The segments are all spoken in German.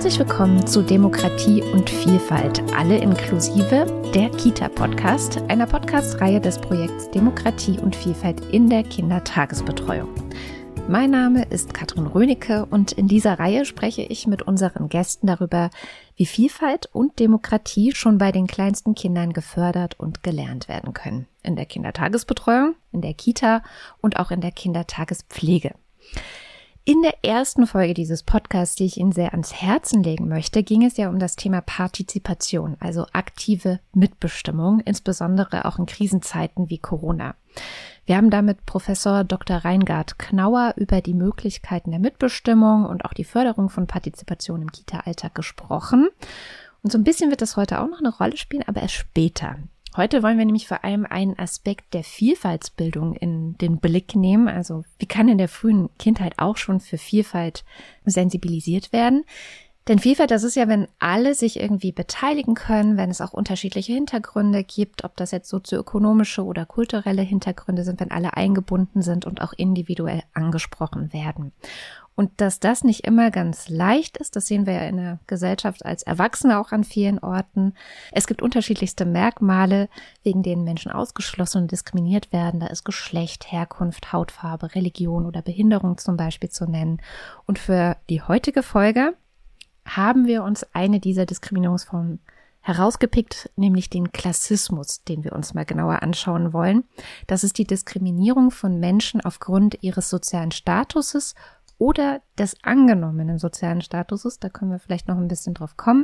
Herzlich willkommen zu Demokratie und Vielfalt, alle inklusive, der Kita-Podcast, einer Podcast-Reihe des Projekts Demokratie und Vielfalt in der Kindertagesbetreuung. Mein Name ist Katrin Rönecke und in dieser Reihe spreche ich mit unseren Gästen darüber, wie Vielfalt und Demokratie schon bei den kleinsten Kindern gefördert und gelernt werden können. In der Kindertagesbetreuung, in der Kita und auch in der Kindertagespflege. In der ersten Folge dieses Podcasts, die ich Ihnen sehr ans Herzen legen möchte, ging es ja um das Thema Partizipation, also aktive Mitbestimmung, insbesondere auch in Krisenzeiten wie Corona. Wir haben da mit Professor Dr. Reingard Knauer über die Möglichkeiten der Mitbestimmung und auch die Förderung von Partizipation im Kita-Alltag gesprochen. Und so ein bisschen wird das heute auch noch eine Rolle spielen, aber erst später. Heute wollen wir nämlich vor allem einen Aspekt der Vielfaltsbildung in den Blick nehmen. Also wie kann in der frühen Kindheit auch schon für Vielfalt sensibilisiert werden? Denn Vielfalt, das ist ja, wenn alle sich irgendwie beteiligen können, wenn es auch unterschiedliche Hintergründe gibt, ob das jetzt sozioökonomische oder kulturelle Hintergründe sind, wenn alle eingebunden sind und auch individuell angesprochen werden. Und dass das nicht immer ganz leicht ist, das sehen wir ja in der Gesellschaft als Erwachsene auch an vielen Orten. Es gibt unterschiedlichste Merkmale, wegen denen Menschen ausgeschlossen und diskriminiert werden. Da ist Geschlecht, Herkunft, Hautfarbe, Religion oder Behinderung zum Beispiel zu nennen. Und für die heutige Folge haben wir uns eine dieser Diskriminierungsformen herausgepickt, nämlich den Klassismus, den wir uns mal genauer anschauen wollen. Das ist die Diskriminierung von Menschen aufgrund ihres sozialen Statuses oder des angenommenen sozialen Statuses. Da können wir vielleicht noch ein bisschen drauf kommen.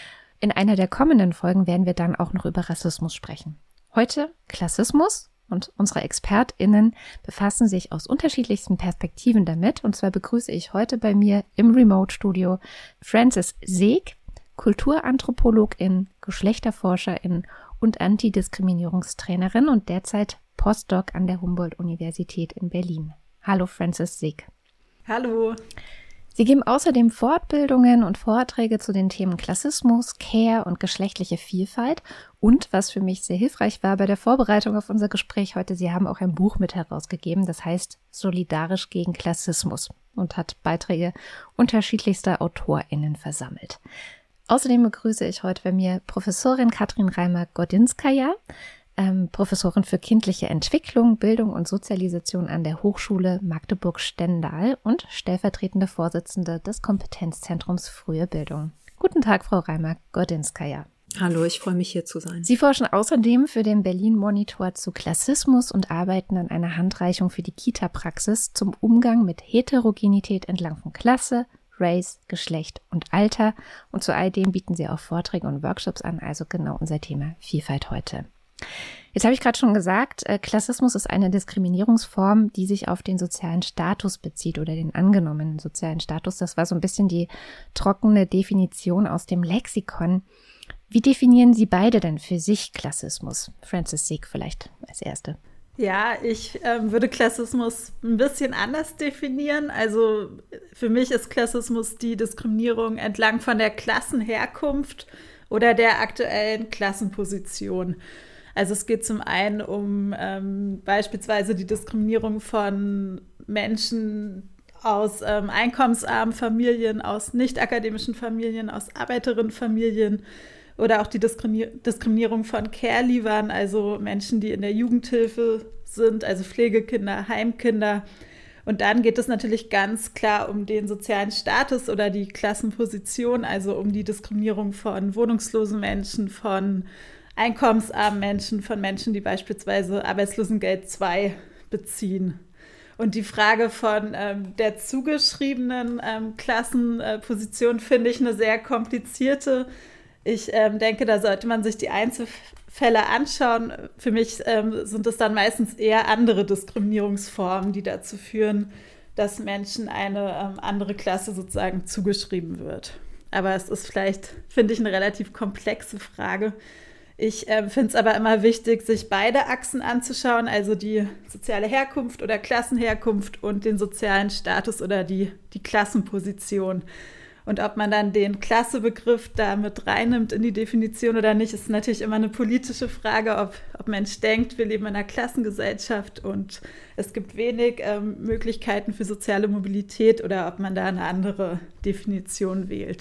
In einer der kommenden Folgen werden wir dann auch noch über Rassismus sprechen. Heute Klassismus. Und unsere ExpertInnen befassen sich aus unterschiedlichsten Perspektiven damit. Und zwar begrüße ich heute bei mir im Remote-Studio Frances Seeg, Kulturanthropologin, Geschlechterforscherin und Antidiskriminierungstrainerin und derzeit Postdoc an der Humboldt-Universität in Berlin. Hallo Frances Seeg. Hallo. Sie geben außerdem Fortbildungen und Vorträge zu den Themen Klassismus, Care und geschlechtliche Vielfalt. Und was für mich sehr hilfreich war bei der Vorbereitung auf unser Gespräch heute, Sie haben auch ein Buch mit herausgegeben, das heißt Solidarisch gegen Klassismus und hat Beiträge unterschiedlichster AutorInnen versammelt. Außerdem begrüße ich heute bei mir Professorin Katrin Reimer-Godinskaja, Professorin für kindliche Entwicklung, Bildung und Sozialisation an der Hochschule Magdeburg-Stendal und stellvertretende Vorsitzende des Kompetenzzentrums Frühe Bildung. Guten Tag, Frau Reimer-Godinskaja. Hallo, ich freue mich, hier zu sein. Sie forschen außerdem für den Berlin-Monitor zu Klassismus und arbeiten an einer Handreichung für die Kita-Praxis zum Umgang mit Heterogenität entlang von Klasse, Race, Geschlecht und Alter. Und zu all dem bieten Sie auch Vorträge und Workshops an, also genau unser Thema Vielfalt heute. Jetzt habe ich gerade schon gesagt, Klassismus ist eine Diskriminierungsform, die sich auf den sozialen Status bezieht oder den angenommenen sozialen Status. Das war so ein bisschen die trockene Definition aus dem Lexikon. Wie definieren Sie beide denn für sich Klassismus? Frances Seeg vielleicht als Erste. Ja, ich würde Klassismus ein bisschen anders definieren. Also für mich ist Klassismus die Diskriminierung entlang von der Klassenherkunft oder der aktuellen Klassenposition. Also es geht zum einen um beispielsweise die Diskriminierung von Menschen aus einkommensarmen Familien, aus nicht-akademischen Familien, aus Arbeiterinnenfamilien oder auch die Diskriminierung von Care-Leavern, also Menschen, die in der Jugendhilfe sind, also Pflegekinder, Heimkinder. Und dann geht es natürlich ganz klar um den sozialen Status oder die Klassenposition, also um die Diskriminierung von wohnungslosen Menschen, von einkommensarmen Menschen, von Menschen, die beispielsweise Arbeitslosengeld II beziehen. Und die Frage von der zugeschriebenen Klassenposition finde ich eine sehr komplizierte. Ich denke, da sollte man sich die Einzelfälle anschauen. Für mich sind es dann meistens eher andere Diskriminierungsformen, die dazu führen, dass Menschen eine andere Klasse sozusagen zugeschrieben wird. Aber es ist vielleicht, finde ich, eine relativ komplexe Frage. Ich finde es aber immer wichtig, sich beide Achsen anzuschauen, also die soziale Herkunft oder Klassenherkunft und den sozialen Status oder die Klassenposition. Und ob man dann den Klassebegriff da mit reinnimmt in die Definition oder nicht, ist natürlich immer eine politische Frage, ob Mensch denkt, wir leben in einer Klassengesellschaft und es gibt wenig Möglichkeiten für soziale Mobilität oder ob man da eine andere Definition wählt.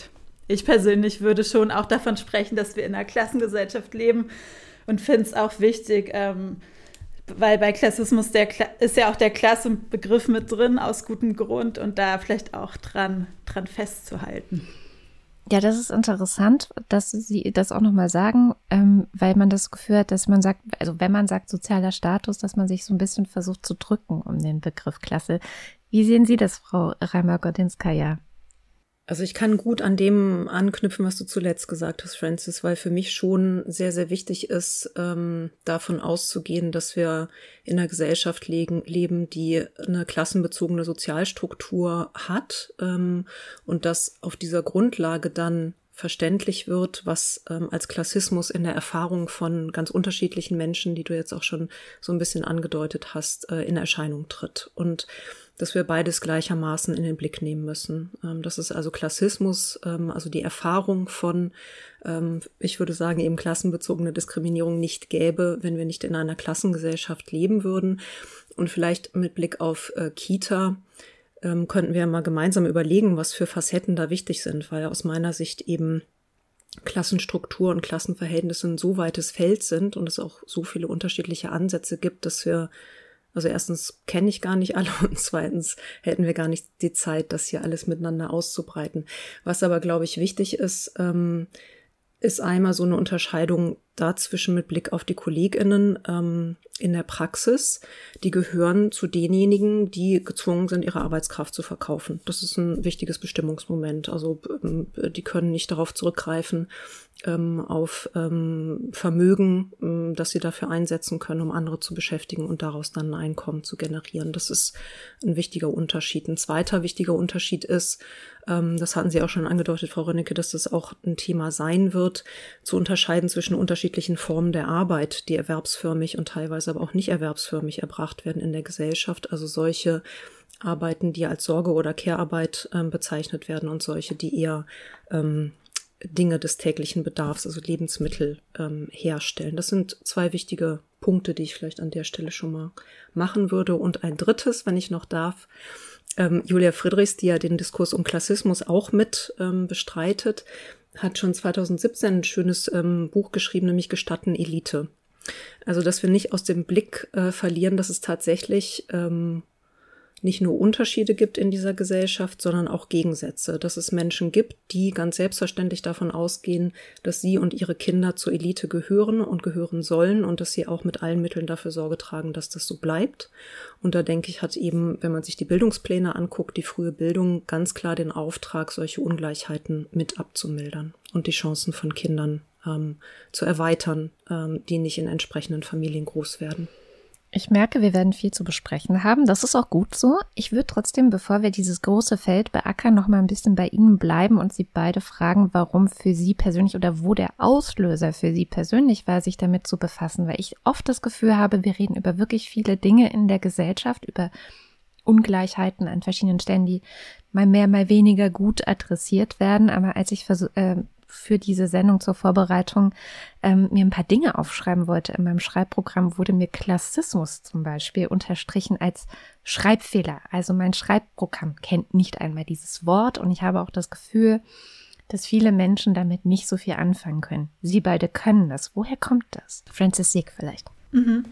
ich persönlich würde schon auch davon sprechen, dass wir in einer Klassengesellschaft leben und finde es auch wichtig, weil bei Klassismus ist ja auch der Klassenbegriff mit drin, aus gutem Grund, und da vielleicht auch dran festzuhalten. Ja, das ist interessant, dass Sie das auch nochmal sagen, weil man das Gefühl hat, dass man sagt, also wenn man sagt sozialer Status, dass man sich so ein bisschen versucht zu drücken um den Begriff Klasse. Wie sehen Sie das, Frau Reimer-Godinskaya? Also ich kann gut an dem anknüpfen, was du zuletzt gesagt hast, Francis, weil für mich schon sehr, sehr wichtig ist, davon auszugehen, dass wir in einer Gesellschaft leben, die eine klassenbezogene Sozialstruktur hat, und dass auf dieser Grundlage dann verständlich wird, was als Klassismus in der Erfahrung von ganz unterschiedlichen Menschen, die du jetzt auch schon so ein bisschen angedeutet hast, in Erscheinung tritt. Und dass wir beides gleichermaßen in den Blick nehmen müssen. Das ist also Klassismus, also die Erfahrung von, ich würde sagen, eben klassenbezogene Diskriminierung nicht gäbe, wenn wir nicht in einer Klassengesellschaft leben würden. Und vielleicht mit Blick auf Kita könnten wir mal gemeinsam überlegen, was für Facetten da wichtig sind, weil aus meiner Sicht eben Klassenstruktur und Klassenverhältnisse ein so weites Feld sind und es auch so viele unterschiedliche Ansätze gibt, dass wir, also erstens kenne ich gar nicht alle und zweitens hätten wir gar nicht die Zeit, das hier alles miteinander auszubreiten. Was aber, glaube ich, wichtig ist, ist einmal so eine Unterscheidung dazwischen mit Blick auf die KollegInnen in der Praxis. Die gehören zu denjenigen, die gezwungen sind, ihre Arbeitskraft zu verkaufen. Das ist ein wichtiges Bestimmungsmoment. Also die können nicht darauf zurückgreifen, auf Vermögen, das sie dafür einsetzen können, um andere zu beschäftigen und daraus dann ein Einkommen zu generieren. Das ist ein wichtiger Unterschied. Ein zweiter wichtiger Unterschied ist, das hatten Sie auch schon angedeutet, Frau Rönnecke, dass das auch ein Thema sein wird, zu unterscheiden zwischen unterschiedlichen Formen der Arbeit, die erwerbsförmig und teilweise aber auch nicht erwerbsförmig erbracht werden in der Gesellschaft. Also solche Arbeiten, die als Sorge- oder Care-Arbeit bezeichnet werden und solche, die eher Dinge des täglichen Bedarfs, also Lebensmittel herstellen. Das sind zwei wichtige Punkte, die ich vielleicht an der Stelle schon mal machen würde. Und ein drittes, wenn ich noch darf, Julia Friedrichs, die ja den Diskurs um Klassismus auch mit bestreitet, hat schon 2017 ein schönes Buch geschrieben, nämlich Gestatten Elite. Also, dass wir nicht aus dem Blick verlieren, dass es tatsächlich nicht nur Unterschiede gibt in dieser Gesellschaft, sondern auch Gegensätze. Dass es Menschen gibt, die ganz selbstverständlich davon ausgehen, dass sie und ihre Kinder zur Elite gehören und gehören sollen und dass sie auch mit allen Mitteln dafür Sorge tragen, dass das so bleibt. Und da denke ich, hat eben, wenn man sich die Bildungspläne anguckt, die frühe Bildung ganz klar den Auftrag, solche Ungleichheiten mit abzumildern und die Chancen von Kindern zu erweitern, die nicht in entsprechenden Familien groß werden. Ich merke, wir werden viel zu besprechen haben. Das ist auch gut so. Ich würde trotzdem, bevor wir dieses große Feld beackern, noch mal ein bisschen bei Ihnen bleiben und Sie beide fragen, warum für Sie persönlich oder wo der Auslöser für Sie persönlich war, sich damit zu befassen. Weil ich oft das Gefühl habe, wir reden über wirklich viele Dinge in der Gesellschaft, über Ungleichheiten an verschiedenen Stellen, die mal mehr, mal weniger gut adressiert werden. Aber als ich für diese Sendung zur Vorbereitung mir ein paar Dinge aufschreiben wollte. In meinem Schreibprogramm wurde mir Klassismus zum Beispiel unterstrichen als Schreibfehler. Also mein Schreibprogramm kennt nicht einmal dieses Wort und ich habe auch das Gefühl, dass viele Menschen damit nicht so viel anfangen können. Sie beide können das. Woher kommt das? Francis Sieg vielleicht. Mhm.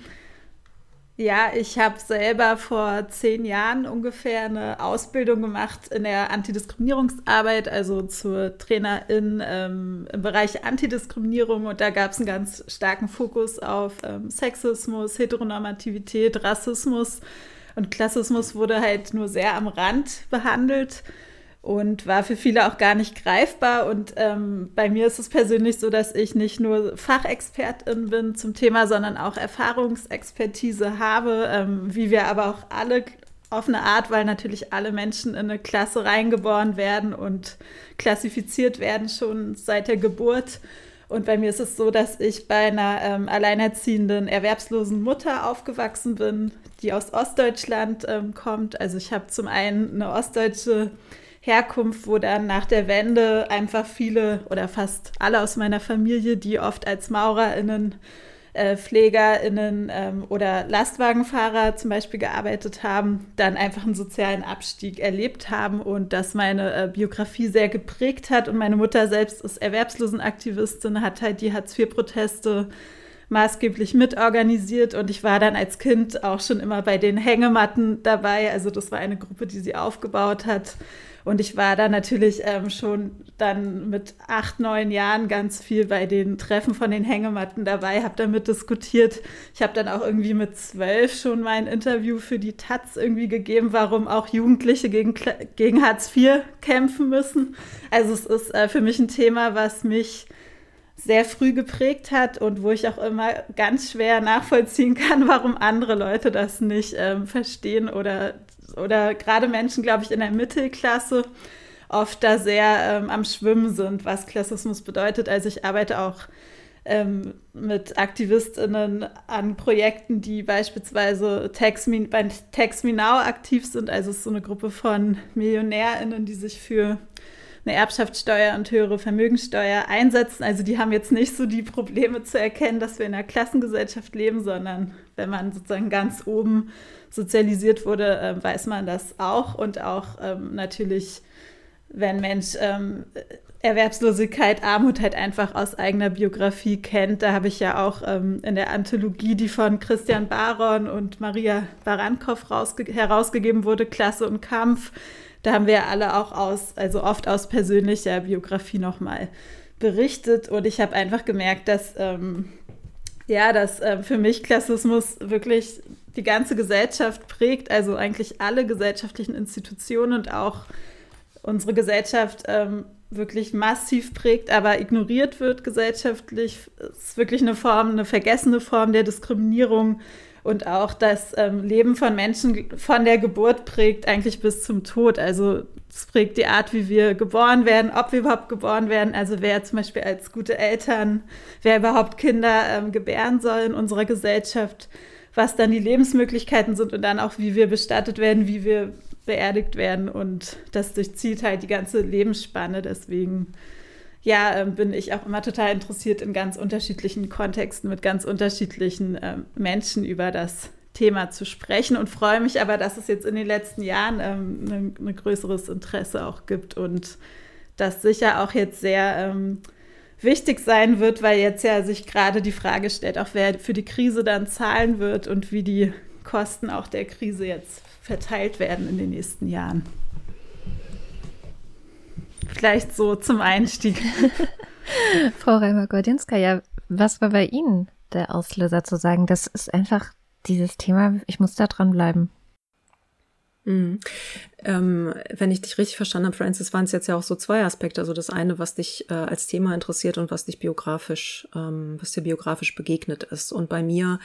Ja, ich habe selber vor 10 Jahren ungefähr eine Ausbildung gemacht in der Antidiskriminierungsarbeit, also zur Trainerin im Bereich Antidiskriminierung. Und da gab es einen ganz starken Fokus auf Sexismus, Heteronormativität, Rassismus. Und Klassismus wurde halt nur sehr am Rand behandelt und war für viele auch gar nicht greifbar. Und bei mir ist es persönlich so, dass ich nicht nur Fachexpertin bin zum Thema, sondern auch Erfahrungsexpertise habe, wie wir aber auch alle auf eine Art, weil natürlich alle Menschen in eine Klasse reingeboren werden und klassifiziert werden schon seit der Geburt. Und bei mir ist es so, dass ich bei einer alleinerziehenden, erwerbslosen Mutter aufgewachsen bin, die aus Ostdeutschland kommt. Also ich habe zum einen eine ostdeutsche Herkunft, wo dann nach der Wende einfach viele oder fast alle aus meiner Familie, die oft als MaurerInnen PflegerInnen oder Lastwagenfahrer zum Beispiel gearbeitet haben, dann einfach einen sozialen Abstieg erlebt haben und das meine Biografie sehr geprägt hat. Und meine Mutter selbst ist Erwerbslosenaktivistin, hat halt die Hartz-IV-Proteste maßgeblich mitorganisiert und ich war dann als Kind auch schon immer bei den Hängematten dabei. Also das war eine Gruppe, die sie aufgebaut hat. Und ich war da natürlich schon dann mit 8, 9 Jahren ganz viel bei den Treffen von den Hängematten dabei, habe damit diskutiert. Ich habe dann auch irgendwie mit 12 schon mein Interview für die Taz irgendwie gegeben, warum auch Jugendliche gegen Hartz IV kämpfen müssen. Also es ist für mich ein Thema, was mich sehr früh geprägt hat und wo ich auch immer ganz schwer nachvollziehen kann, warum andere Leute das nicht verstehen oder gerade Menschen, glaube ich, in der Mittelklasse oft da sehr am Schwimmen sind, was Klassismus bedeutet. Also ich arbeite auch mit AktivistInnen an Projekten, die beispielsweise bei Tax Me Now aktiv sind. Also es ist so eine Gruppe von MillionärInnen, die sich für eine Erbschaftssteuer und höhere Vermögenssteuer einsetzen. Also die haben jetzt nicht so die Probleme zu erkennen, dass wir in einer Klassengesellschaft leben, sondern wenn man sozusagen ganz oben sozialisiert wurde, weiß man das auch. Und auch natürlich, wenn Mensch Erwerbslosigkeit, Armut halt einfach aus eigener Biografie kennt. Da habe ich ja auch in der Anthologie, die von Christian Baron und Maria Barankow herausgegeben wurde, Klasse und Kampf, da haben wir alle auch oft aus persönlicher Biografie nochmal berichtet. Und ich habe einfach gemerkt, dass für mich Klassismus wirklich die ganze Gesellschaft prägt, also eigentlich alle gesellschaftlichen Institutionen und auch unsere Gesellschaft wirklich massiv prägt, aber ignoriert wird gesellschaftlich. Es ist wirklich eine vergessene Form der Diskriminierung. Und auch das Leben von Menschen von der Geburt prägt eigentlich bis zum Tod. Also es prägt die Art, wie wir geboren werden, ob wir überhaupt geboren werden. Also wer zum Beispiel als gute Eltern, wer überhaupt Kinder gebären soll in unserer Gesellschaft, was dann die Lebensmöglichkeiten sind und dann auch, wie wir bestattet werden, wie wir beerdigt werden. Und das durchzieht halt die ganze Lebensspanne. Deswegen bin ich auch immer total interessiert, in ganz unterschiedlichen Kontexten mit ganz unterschiedlichen Menschen über das Thema zu sprechen und freue mich aber, dass es jetzt in den letzten Jahren ein größeres Interesse auch gibt und das sicher auch jetzt sehr wichtig sein wird, weil jetzt ja sich gerade die Frage stellt, auch wer für die Krise dann zahlen wird und wie die Kosten auch der Krise jetzt verteilt werden in den nächsten Jahren. Vielleicht so zum Einstieg. Frau Reimer-Gordinskaja, was war bei Ihnen der Auslöser zu sagen, das ist einfach dieses Thema, ich muss da dranbleiben? Wenn ich dich richtig verstanden habe, Frances, waren es jetzt ja auch so 2 Aspekte. Also das eine, was dich als Thema interessiert und was dir biografisch begegnet ist. Und bei mir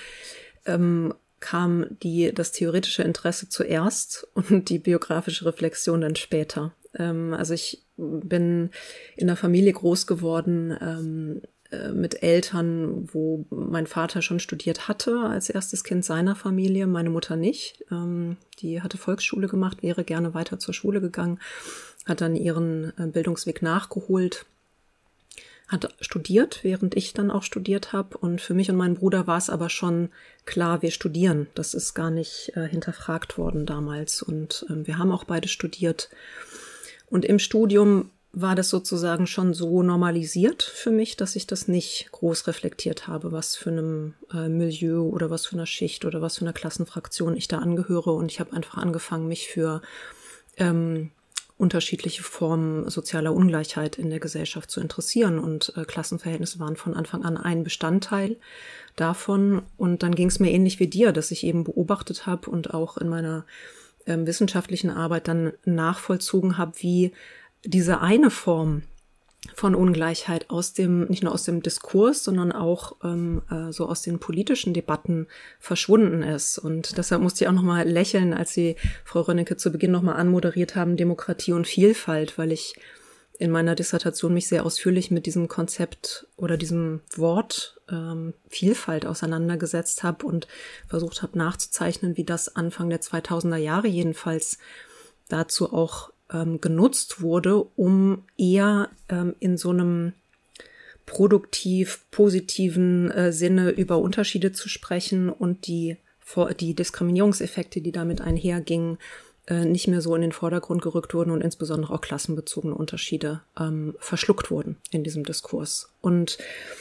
kam das theoretische Interesse zuerst und die biografische Reflexion dann später. Also ich bin in einer Familie groß geworden mit Eltern, wo mein Vater schon studiert hatte als erstes Kind seiner Familie, meine Mutter nicht. Die hatte Volksschule gemacht, wäre gerne weiter zur Schule gegangen, hat dann ihren Bildungsweg nachgeholt, hat studiert, während ich dann auch studiert habe. Und für mich und meinen Bruder war es aber schon klar, wir studieren. Das ist gar nicht hinterfragt worden damals. Und wir haben auch beide studiert. Und im Studium war das sozusagen schon so normalisiert für mich, dass ich das nicht groß reflektiert habe, was für einem Milieu oder was für einer Schicht oder was für einer Klassenfraktion ich da angehöre. Und ich habe einfach angefangen, mich für unterschiedliche Formen sozialer Ungleichheit in der Gesellschaft zu interessieren. Und Klassenverhältnisse waren von Anfang an ein Bestandteil davon. Und dann ging es mir ähnlich wie dir, dass ich eben beobachtet habe und auch in meiner wissenschaftlichen Arbeit dann nachvollzogen habe, wie diese eine Form von Ungleichheit nicht nur aus dem Diskurs, sondern auch so aus den politischen Debatten verschwunden ist. Und deshalb musste ich auch nochmal lächeln, als Sie, Frau Rönnecke, zu Beginn nochmal anmoderiert haben, Demokratie und Vielfalt, weil ich in meiner Dissertation mich sehr ausführlich mit diesem Konzept oder diesem Wort Vielfalt auseinandergesetzt habe und versucht habe nachzuzeichnen, wie das Anfang der 2000er Jahre jedenfalls dazu auch genutzt wurde, um eher in so einem produktiv, positiven Sinne über Unterschiede zu sprechen und die Diskriminierungseffekte, die damit einhergingen, nicht mehr so in den Vordergrund gerückt wurden und insbesondere auch klassenbezogene Unterschiede verschluckt wurden in diesem Diskurs. Und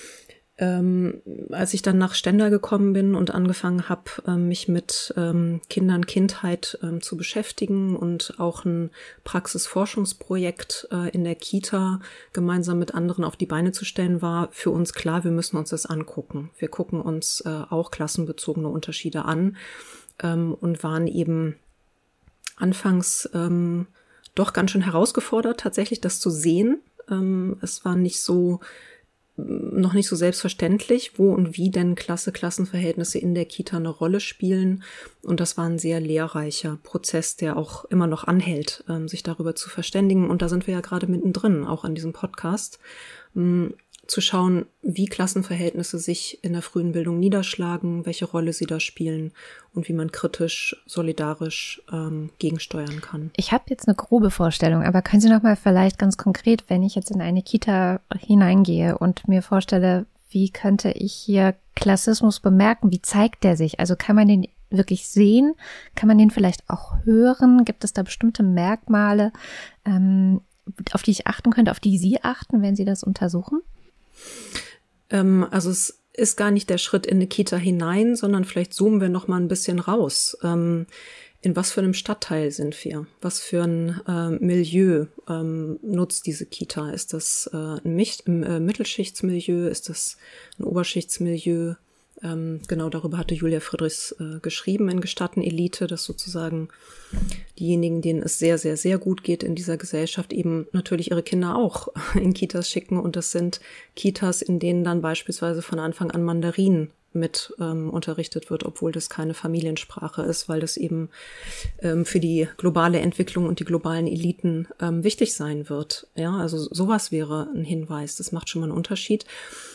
als ich dann nach Stendal gekommen bin und angefangen habe, mich mit Kindern, Kindheit zu beschäftigen und auch ein Praxisforschungsprojekt in der Kita gemeinsam mit anderen auf die Beine zu stellen, war für uns klar, wir müssen uns das angucken. Wir gucken uns auch klassenbezogene Unterschiede an und waren eben anfangs doch ganz schön herausgefordert, tatsächlich das zu sehen. Es war noch nicht so selbstverständlich, wo und wie denn Klassenverhältnisse in der Kita eine Rolle spielen. Und das war ein sehr lehrreicher Prozess, der auch immer noch anhält, sich darüber zu verständigen. Und da sind wir ja gerade mittendrin, auch an diesem Podcast, zu schauen, wie Klassenverhältnisse sich in der frühen Bildung niederschlagen, welche Rolle sie da spielen und wie man kritisch, solidarisch gegensteuern kann. Ich habe jetzt eine grobe Vorstellung, aber können Sie noch mal vielleicht ganz konkret, wenn ich jetzt in eine Kita hineingehe und mir vorstelle, wie könnte ich hier Klassismus bemerken? Wie zeigt der sich? Also kann man den wirklich sehen? Kann man den vielleicht auch hören? Gibt es da bestimmte Merkmale, auf die ich achten könnte, auf die Sie achten, wenn Sie das untersuchen? Also es ist gar nicht der Schritt in eine Kita hinein, sondern vielleicht zoomen wir noch mal ein bisschen raus. In was für einem Stadtteil sind wir? Was für ein Milieu nutzt diese Kita? Ist das ein Mittelschichtsmilieu? Ist das ein Oberschichtsmilieu? Genau darüber hatte Julia Friedrichs geschrieben in Gestatten-Elite, dass sozusagen diejenigen, denen es sehr, sehr, sehr gut geht in dieser Gesellschaft, eben natürlich ihre Kinder auch in Kitas schicken. Und das sind Kitas, in denen dann beispielsweise von Anfang an Mandarin mit unterrichtet wird, obwohl das keine Familiensprache ist, weil das eben für die globale Entwicklung und die globalen Eliten wichtig sein wird. Ja, also sowas wäre ein Hinweis. Das macht schon mal einen Unterschied.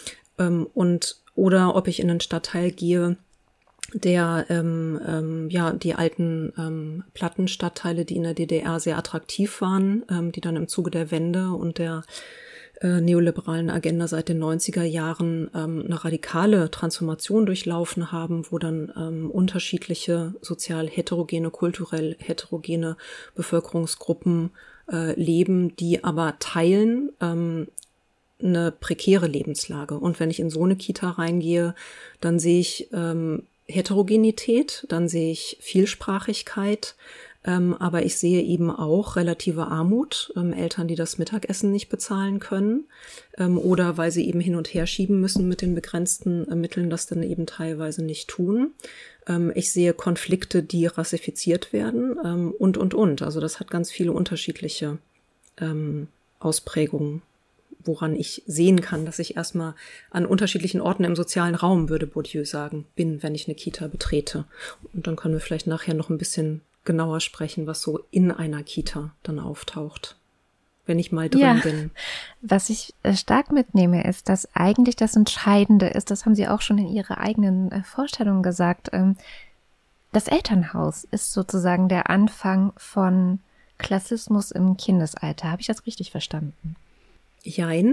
Oder ob ich in einen Stadtteil gehe, der die alten Plattenstadtteile, die in der DDR sehr attraktiv waren, die dann im Zuge der Wende und der neoliberalen Agenda seit den 90er Jahren eine radikale Transformation durchlaufen haben, wo dann unterschiedliche sozial heterogene, kulturell heterogene Bevölkerungsgruppen leben, die aber teilen eine prekäre Lebenslage. Und wenn ich in so eine Kita reingehe, dann sehe ich Heterogenität, dann sehe ich Vielsprachigkeit, aber ich sehe eben auch relative Armut, Eltern, die das Mittagessen nicht bezahlen können oder weil sie eben hin und her schieben müssen mit den begrenzten Mitteln, das dann eben teilweise nicht tun. Ich sehe Konflikte, die rassifiziert werden und. Also das hat ganz viele unterschiedliche Ausprägungen, woran ich sehen kann, dass ich erstmal an unterschiedlichen Orten im sozialen Raum, würde Bourdieu sagen, bin, wenn ich eine Kita betrete. Und dann können wir vielleicht nachher noch ein bisschen genauer sprechen, was so in einer Kita dann auftaucht, wenn ich mal drin bin. Was ich stark mitnehme, ist, dass eigentlich das Entscheidende ist, das haben Sie auch schon in Ihrer eigenen Vorstellung gesagt, das Elternhaus ist sozusagen der Anfang von Klassismus im Kindesalter. Habe ich das richtig verstanden? Jein.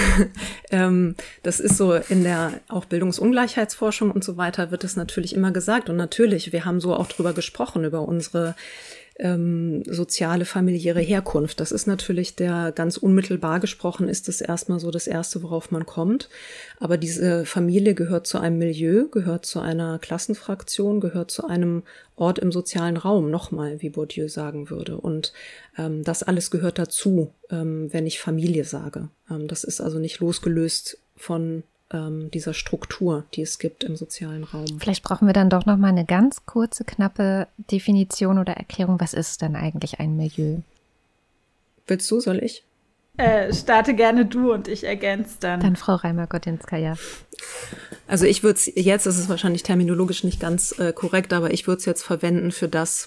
Das ist so in der auch Bildungsungleichheitsforschung und so weiter wird es natürlich immer gesagt. Und natürlich, wir haben so auch drüber gesprochen, über unsere soziale, familiäre Herkunft. Das ist natürlich ganz unmittelbar gesprochen, ist das erstmal so das Erste, worauf man kommt. Aber diese Familie gehört zu einem Milieu, gehört zu einer Klassenfraktion, gehört zu einem Ort im sozialen Raum, nochmal, wie Bourdieu sagen würde. Und das alles gehört dazu, wenn ich Familie sage. Das ist also nicht losgelöst von dieser Struktur, die es gibt im sozialen Raum. Vielleicht brauchen wir dann doch noch mal eine ganz kurze, knappe Definition oder Erklärung. Was ist denn eigentlich ein Milieu? Willst du, soll ich? Starte gerne du und ich ergänze dann. Dann Frau Reimer-Gordinska. Also ich würde es jetzt, das ist wahrscheinlich terminologisch nicht ganz korrekt, aber ich würde es jetzt verwenden für das,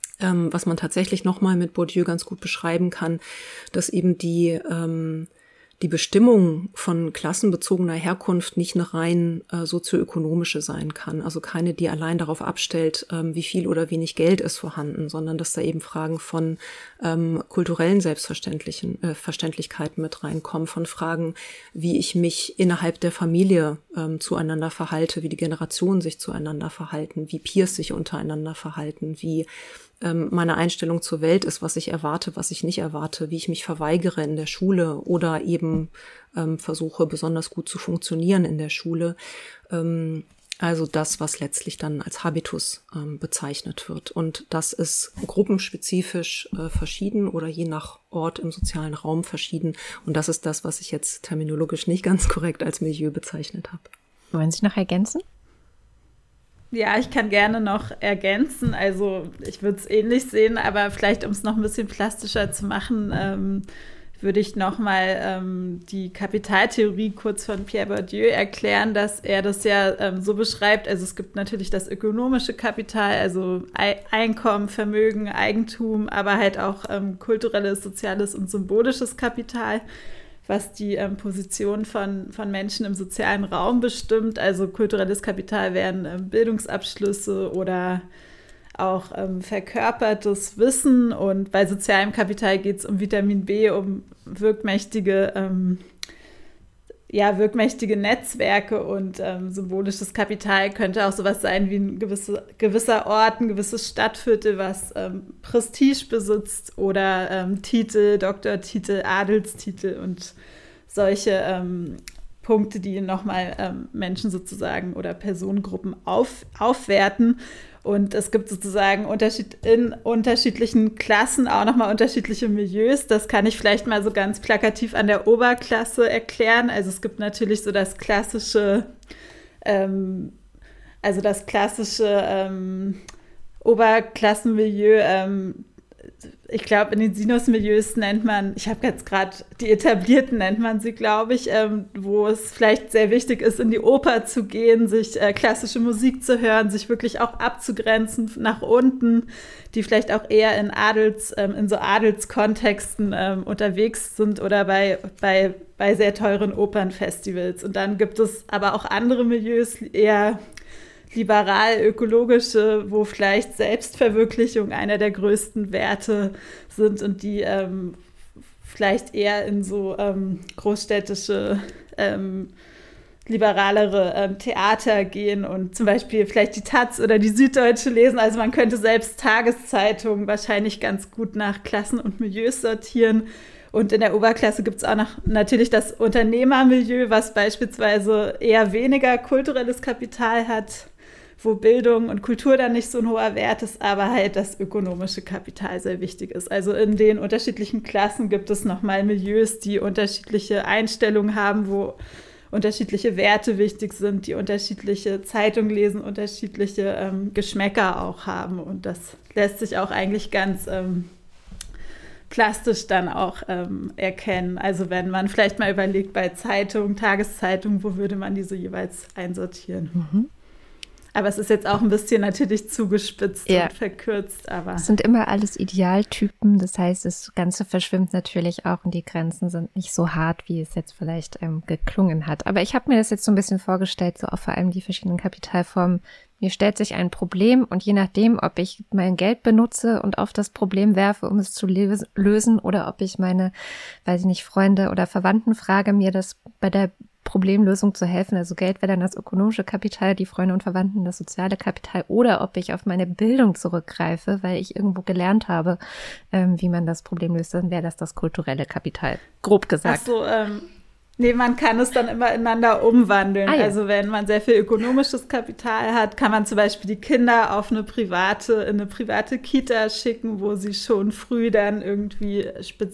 was man tatsächlich nochmal mit Bourdieu ganz gut beschreiben kann, dass eben die die Bestimmung von klassenbezogener Herkunft nicht eine rein sozioökonomische sein kann. Also keine, die allein darauf abstellt, wie viel oder wenig Geld ist vorhanden, sondern dass da eben Fragen von kulturellen Selbstverständlichkeiten mit reinkommen, von Fragen, wie ich mich innerhalb der Familie zueinander verhalte, wie die Generationen sich zueinander verhalten, wie Peers sich untereinander verhalten, wie meine Einstellung zur Welt ist, was ich erwarte, was ich nicht erwarte, wie ich mich verweigere in der Schule oder eben versuche, besonders gut zu funktionieren in der Schule. Also das, was letztlich dann als Habitus bezeichnet wird. Und das ist gruppenspezifisch verschieden oder je nach Ort im sozialen Raum verschieden. Und das ist das, was ich jetzt terminologisch nicht ganz korrekt als Milieu bezeichnet habe. Wollen Sie noch ergänzen? Ja, ich kann gerne noch ergänzen. Also ich würde es ähnlich sehen, aber vielleicht, um es noch ein bisschen plastischer zu machen, würde ich nochmal die Kapitaltheorie kurz von Pierre Bourdieu erklären, dass er das ja so beschreibt. Also es gibt natürlich das ökonomische Kapital, also Einkommen, Vermögen, Eigentum, aber halt auch kulturelles, soziales und symbolisches Kapital, was die Position von Menschen im sozialen Raum bestimmt. Also kulturelles Kapital wären Bildungsabschlüsse oder auch verkörpertes Wissen. Und bei sozialem Kapital geht es um Vitamin B, um wirkmächtige Netzwerke, und symbolisches Kapital könnte auch sowas sein wie ein gewisser Ort, ein gewisses Stadtviertel, was Prestige besitzt oder Titel, Doktortitel, Adelstitel und solche Punkte, die nochmal Menschen sozusagen oder Personengruppen aufwerten. Und es gibt sozusagen in unterschiedlichen Klassen auch nochmal unterschiedliche Milieus. Das kann ich vielleicht mal so ganz plakativ an der Oberklasse erklären. Also es gibt natürlich so das klassische Oberklassenmilieu. Ich glaube, in den Sinus-Milieus nennt man, ich habe jetzt gerade die Etablierten, nennt man sie, glaube ich, wo es vielleicht sehr wichtig ist, in die Oper zu gehen, sich klassische Musik zu hören, sich wirklich auch abzugrenzen nach unten, die vielleicht auch eher in so Adelskontexten unterwegs sind oder bei sehr teuren Opernfestivals. Und dann gibt es aber auch andere Milieus, eher liberal-ökologische, wo vielleicht Selbstverwirklichung einer der größten Werte sind und die vielleicht eher in so großstädtische, liberalere Theater gehen und zum Beispiel vielleicht die Taz oder die Süddeutsche lesen. Also man könnte selbst Tageszeitungen wahrscheinlich ganz gut nach Klassen und Milieus sortieren. Und in der Oberklasse gibt es auch noch natürlich das Unternehmermilieu, was beispielsweise eher weniger kulturelles Kapital hat, wo Bildung und Kultur dann nicht so ein hoher Wert ist, aber halt das ökonomische Kapital sehr wichtig ist. Also in den unterschiedlichen Klassen gibt es nochmal Milieus, die unterschiedliche Einstellungen haben, wo unterschiedliche Werte wichtig sind, die unterschiedliche Zeitungen lesen, unterschiedliche Geschmäcker auch haben. Und das lässt sich auch eigentlich ganz plastisch dann auch erkennen. Also wenn man vielleicht mal überlegt, bei Zeitungen, Tageszeitungen, wo würde man diese jeweils einsortieren? Mhm. Aber es ist jetzt auch ein bisschen natürlich zugespitzt und verkürzt. Aber es sind immer alles Idealtypen. Das heißt, das Ganze verschwimmt natürlich auch und die Grenzen sind nicht so hart, wie es jetzt vielleicht geklungen hat. Aber ich habe mir das jetzt so ein bisschen vorgestellt, so auch vor allem die verschiedenen Kapitalformen. Mir stellt sich ein Problem und je nachdem, ob ich mein Geld benutze und auf das Problem werfe, um es zu lösen, oder ob ich meine, weiß ich nicht, Freunde oder Verwandten frage, mir das bei der Problemlösung zu helfen. Also Geld wäre dann das ökonomische Kapital, die Freunde und Verwandten das soziale Kapital, oder ob ich auf meine Bildung zurückgreife, weil ich irgendwo gelernt habe, wie man das Problem löst, dann wäre das kulturelle Kapital, grob gesagt. Ach so, nee, man kann es dann immer ineinander umwandeln. Ah, ja. Also wenn man sehr viel ökonomisches Kapital hat, kann man zum Beispiel die Kinder in eine private Kita schicken, wo sie schon früh dann irgendwie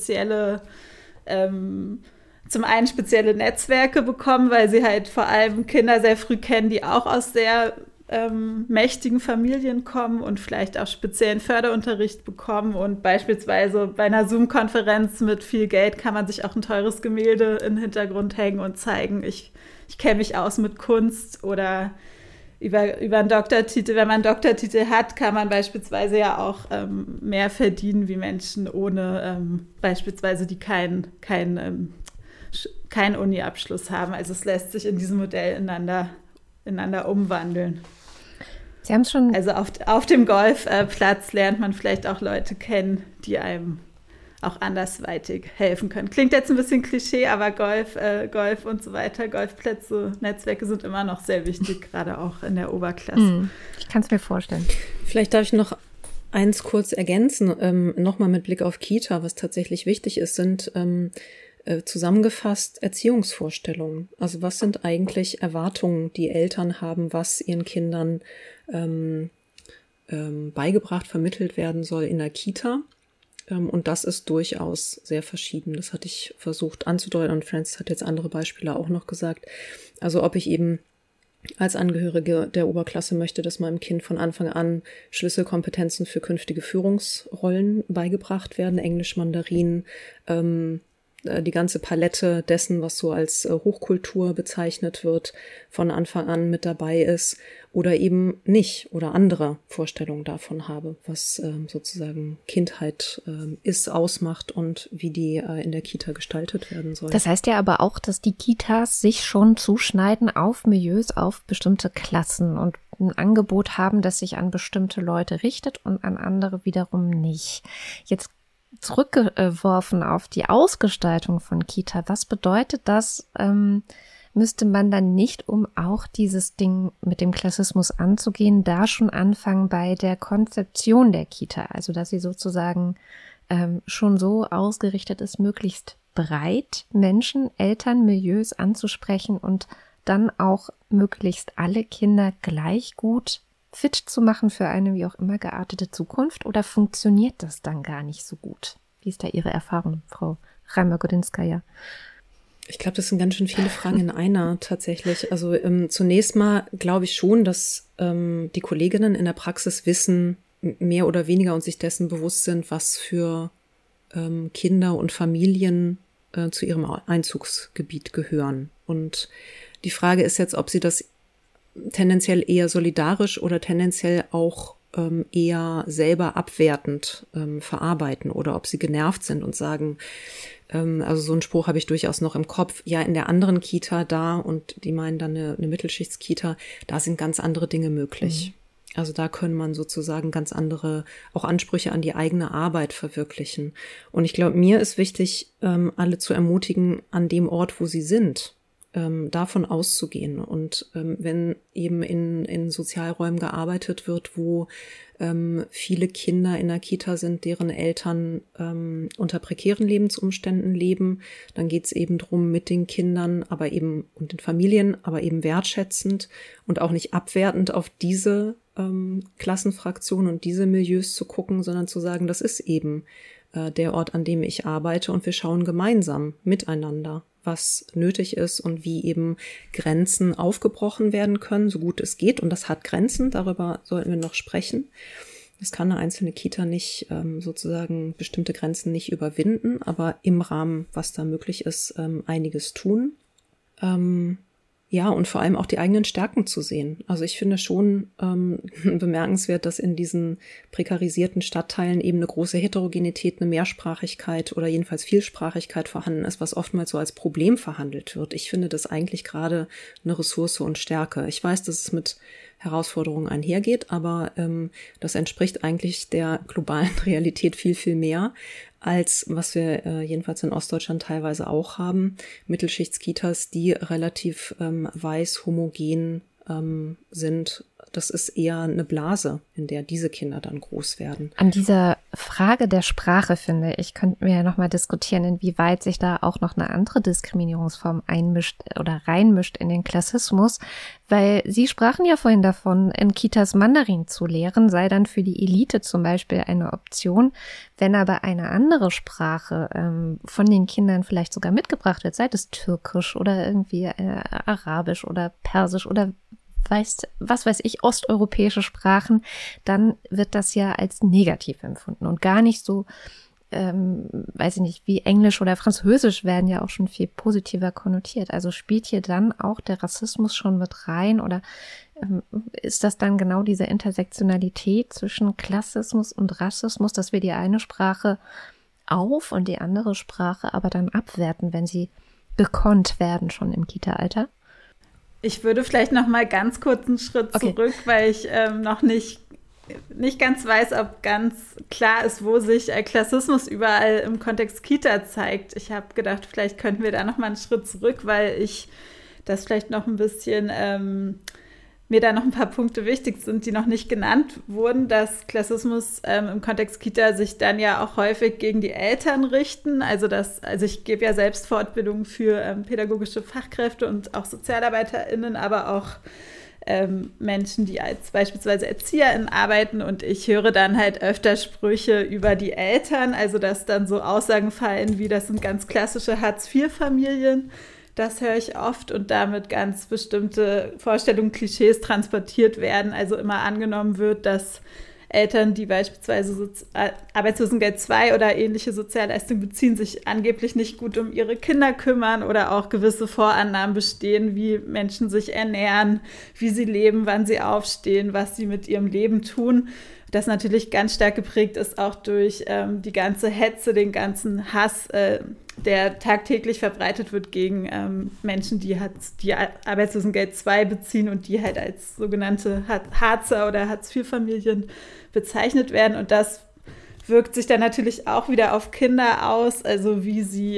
zum einen spezielle Netzwerke bekommen, weil sie halt vor allem Kinder sehr früh kennen, die auch aus sehr mächtigen Familien kommen und vielleicht auch speziellen Förderunterricht bekommen. Und beispielsweise bei einer Zoom-Konferenz mit viel Geld kann man sich auch ein teures Gemälde in den Hintergrund hängen und zeigen, ich kenne mich aus mit Kunst. Oder über einen Doktortitel, wenn man einen Doktortitel hat, kann man beispielsweise ja auch mehr verdienen wie Menschen ohne beispielsweise, die kein keinen Uni-Abschluss haben. Also es lässt sich in diesem Modell ineinander umwandeln. Sie haben es schon. Also auf dem Golfplatz lernt man vielleicht auch Leute kennen, die einem auch andersweitig helfen können. Klingt jetzt ein bisschen Klischee, aber Golf und so weiter, Golfplätze, Netzwerke sind immer noch sehr wichtig, gerade auch in der Oberklasse. Ich kann es mir vorstellen. Vielleicht darf ich noch eins kurz ergänzen, nochmal mit Blick auf Kita, was tatsächlich wichtig ist, sind zusammengefasst Erziehungsvorstellungen. Also was sind eigentlich Erwartungen, die Eltern haben, was ihren Kindern beigebracht, vermittelt werden soll in der Kita. Und das ist durchaus sehr verschieden. Das hatte ich versucht anzudeuten und Frances hat jetzt andere Beispiele auch noch gesagt. Also ob ich eben als Angehörige der Oberklasse möchte, dass meinem Kind von Anfang an Schlüsselkompetenzen für künftige Führungsrollen beigebracht werden, Englisch, Mandarin, die ganze Palette dessen, was so als Hochkultur bezeichnet wird, von Anfang an mit dabei ist oder eben nicht oder andere Vorstellungen davon habe, was sozusagen Kindheit ist, ausmacht und wie die in der Kita gestaltet werden soll. Das heißt ja aber auch, dass die Kitas sich schon zuschneiden auf Milieus, auf bestimmte Klassen und ein Angebot haben, das sich an bestimmte Leute richtet und an andere wiederum nicht. Jetzt zurückgeworfen auf die Ausgestaltung von Kita. Was bedeutet das? Müsste man dann nicht, um auch dieses Ding mit dem Klassismus anzugehen, da schon anfangen bei der Konzeption der Kita? Also, dass sie sozusagen schon so ausgerichtet ist, möglichst breit Menschen, Eltern, Milieus anzusprechen und dann auch möglichst alle Kinder gleich gut fit zu machen für eine wie auch immer geartete Zukunft, oder funktioniert das dann gar nicht so gut? Wie ist da Ihre Erfahrung, Frau Reimer-Godinskaya? Ich glaube, das sind ganz schön viele Fragen in einer tatsächlich. Also zunächst mal glaube ich schon, dass die Kolleginnen in der Praxis wissen, mehr oder weniger und sich dessen bewusst sind, was für Kinder und Familien zu ihrem Einzugsgebiet gehören. Und die Frage ist jetzt, ob sie das tendenziell eher solidarisch oder tendenziell auch eher selber abwertend verarbeiten oder ob sie genervt sind und sagen, also so einen Spruch habe ich durchaus noch im Kopf, ja, in der anderen Kita da, und die meinen dann eine Mittelschichtskita, da sind ganz andere Dinge möglich. Also da können man sozusagen ganz andere auch Ansprüche an die eigene Arbeit verwirklichen. Und ich glaube, mir ist wichtig, alle zu ermutigen, an dem Ort, wo sie sind, davon auszugehen. Und wenn eben in Sozialräumen gearbeitet wird, wo viele Kinder in der Kita sind, deren Eltern unter prekären Lebensumständen leben, dann geht es eben drum, mit den Kindern, aber eben und den Familien, aber eben wertschätzend und auch nicht abwertend auf diese Klassenfraktionen und diese Milieus zu gucken, sondern zu sagen, das ist eben der Ort, an dem ich arbeite, und wir schauen gemeinsam miteinander, was nötig ist und wie eben Grenzen aufgebrochen werden können, so gut es geht. Und das hat Grenzen, darüber sollten wir noch sprechen. Es kann eine einzelne Kita nicht sozusagen bestimmte Grenzen nicht überwinden, aber im Rahmen, was da möglich ist, einiges tun. Ja, und vor allem auch die eigenen Stärken zu sehen. Also ich finde schon bemerkenswert, dass in diesen prekarisierten Stadtteilen eben eine große Heterogenität, eine Mehrsprachigkeit oder jedenfalls Vielsprachigkeit vorhanden ist, was oftmals so als Problem verhandelt wird. Ich finde das eigentlich gerade eine Ressource und Stärke. Ich weiß, dass es mit Herausforderungen einhergeht, aber das entspricht eigentlich der globalen Realität viel, viel mehr, als was wir jedenfalls in Ostdeutschland teilweise auch haben. Mittelschichtskitas, die relativ weiß, homogen sind. Das ist eher eine Blase, in der diese Kinder dann groß werden. An dieser Frage der Sprache, finde ich, könnten wir ja nochmal diskutieren, inwieweit sich da auch noch eine andere Diskriminierungsform einmischt oder reinmischt in den Klassismus, weil Sie sprachen ja vorhin davon, in Kitas Mandarin zu lehren, sei dann für die Elite zum Beispiel eine Option. Wenn aber eine andere Sprache von den Kindern vielleicht sogar mitgebracht wird, sei das Türkisch oder irgendwie Arabisch oder Persisch oder was weiß ich, osteuropäische Sprachen, dann wird das ja als negativ empfunden und gar nicht so, weiß ich nicht, wie Englisch oder Französisch werden ja auch schon viel positiver konnotiert. Also spielt hier dann auch der Rassismus schon mit rein oder ist das dann genau diese Intersektionalität zwischen Klassismus und Rassismus, dass wir die eine Sprache auf und die andere Sprache aber dann abwerten, wenn sie gekonnt werden schon im Kita-Alter? Ich würde vielleicht noch mal ganz kurz einen Schritt zurück, weil ich noch nicht ganz weiß, ob ganz klar ist, wo sich Klassismus überall im Kontext Kita zeigt. Ich habe gedacht, vielleicht könnten wir da noch mal einen Schritt zurück, weil ich das vielleicht noch ein bisschen mir da noch ein paar Punkte wichtig sind, die noch nicht genannt wurden, dass Klassismus im Kontext Kita sich dann ja auch häufig gegen die Eltern richten. Also ich gebe ja selbst Fortbildungen für pädagogische Fachkräfte und auch SozialarbeiterInnen, aber auch Menschen, die als beispielsweise ErzieherInnen arbeiten, und ich höre dann halt öfter Sprüche über die Eltern, also dass dann so Aussagen fallen wie, das sind ganz klassische Hartz-IV-Familien. Das höre ich oft, und damit ganz bestimmte Vorstellungen, Klischees transportiert werden. Also immer angenommen wird, dass Eltern, die beispielsweise Arbeitslosengeld II oder ähnliche Sozialleistungen beziehen, sich angeblich nicht gut um ihre Kinder kümmern, oder auch gewisse Vorannahmen bestehen, wie Menschen sich ernähren, wie sie leben, wann sie aufstehen, was sie mit ihrem Leben tun. Das natürlich ganz stark geprägt ist auch durch die ganze Hetze, den ganzen Hass, der tagtäglich verbreitet wird gegen Menschen, die Arbeitslosengeld II beziehen und die halt als sogenannte Harzer oder Hartz-IV-Familien bezeichnet werden. Und das wirkt sich dann natürlich auch wieder auf Kinder aus, also wie sie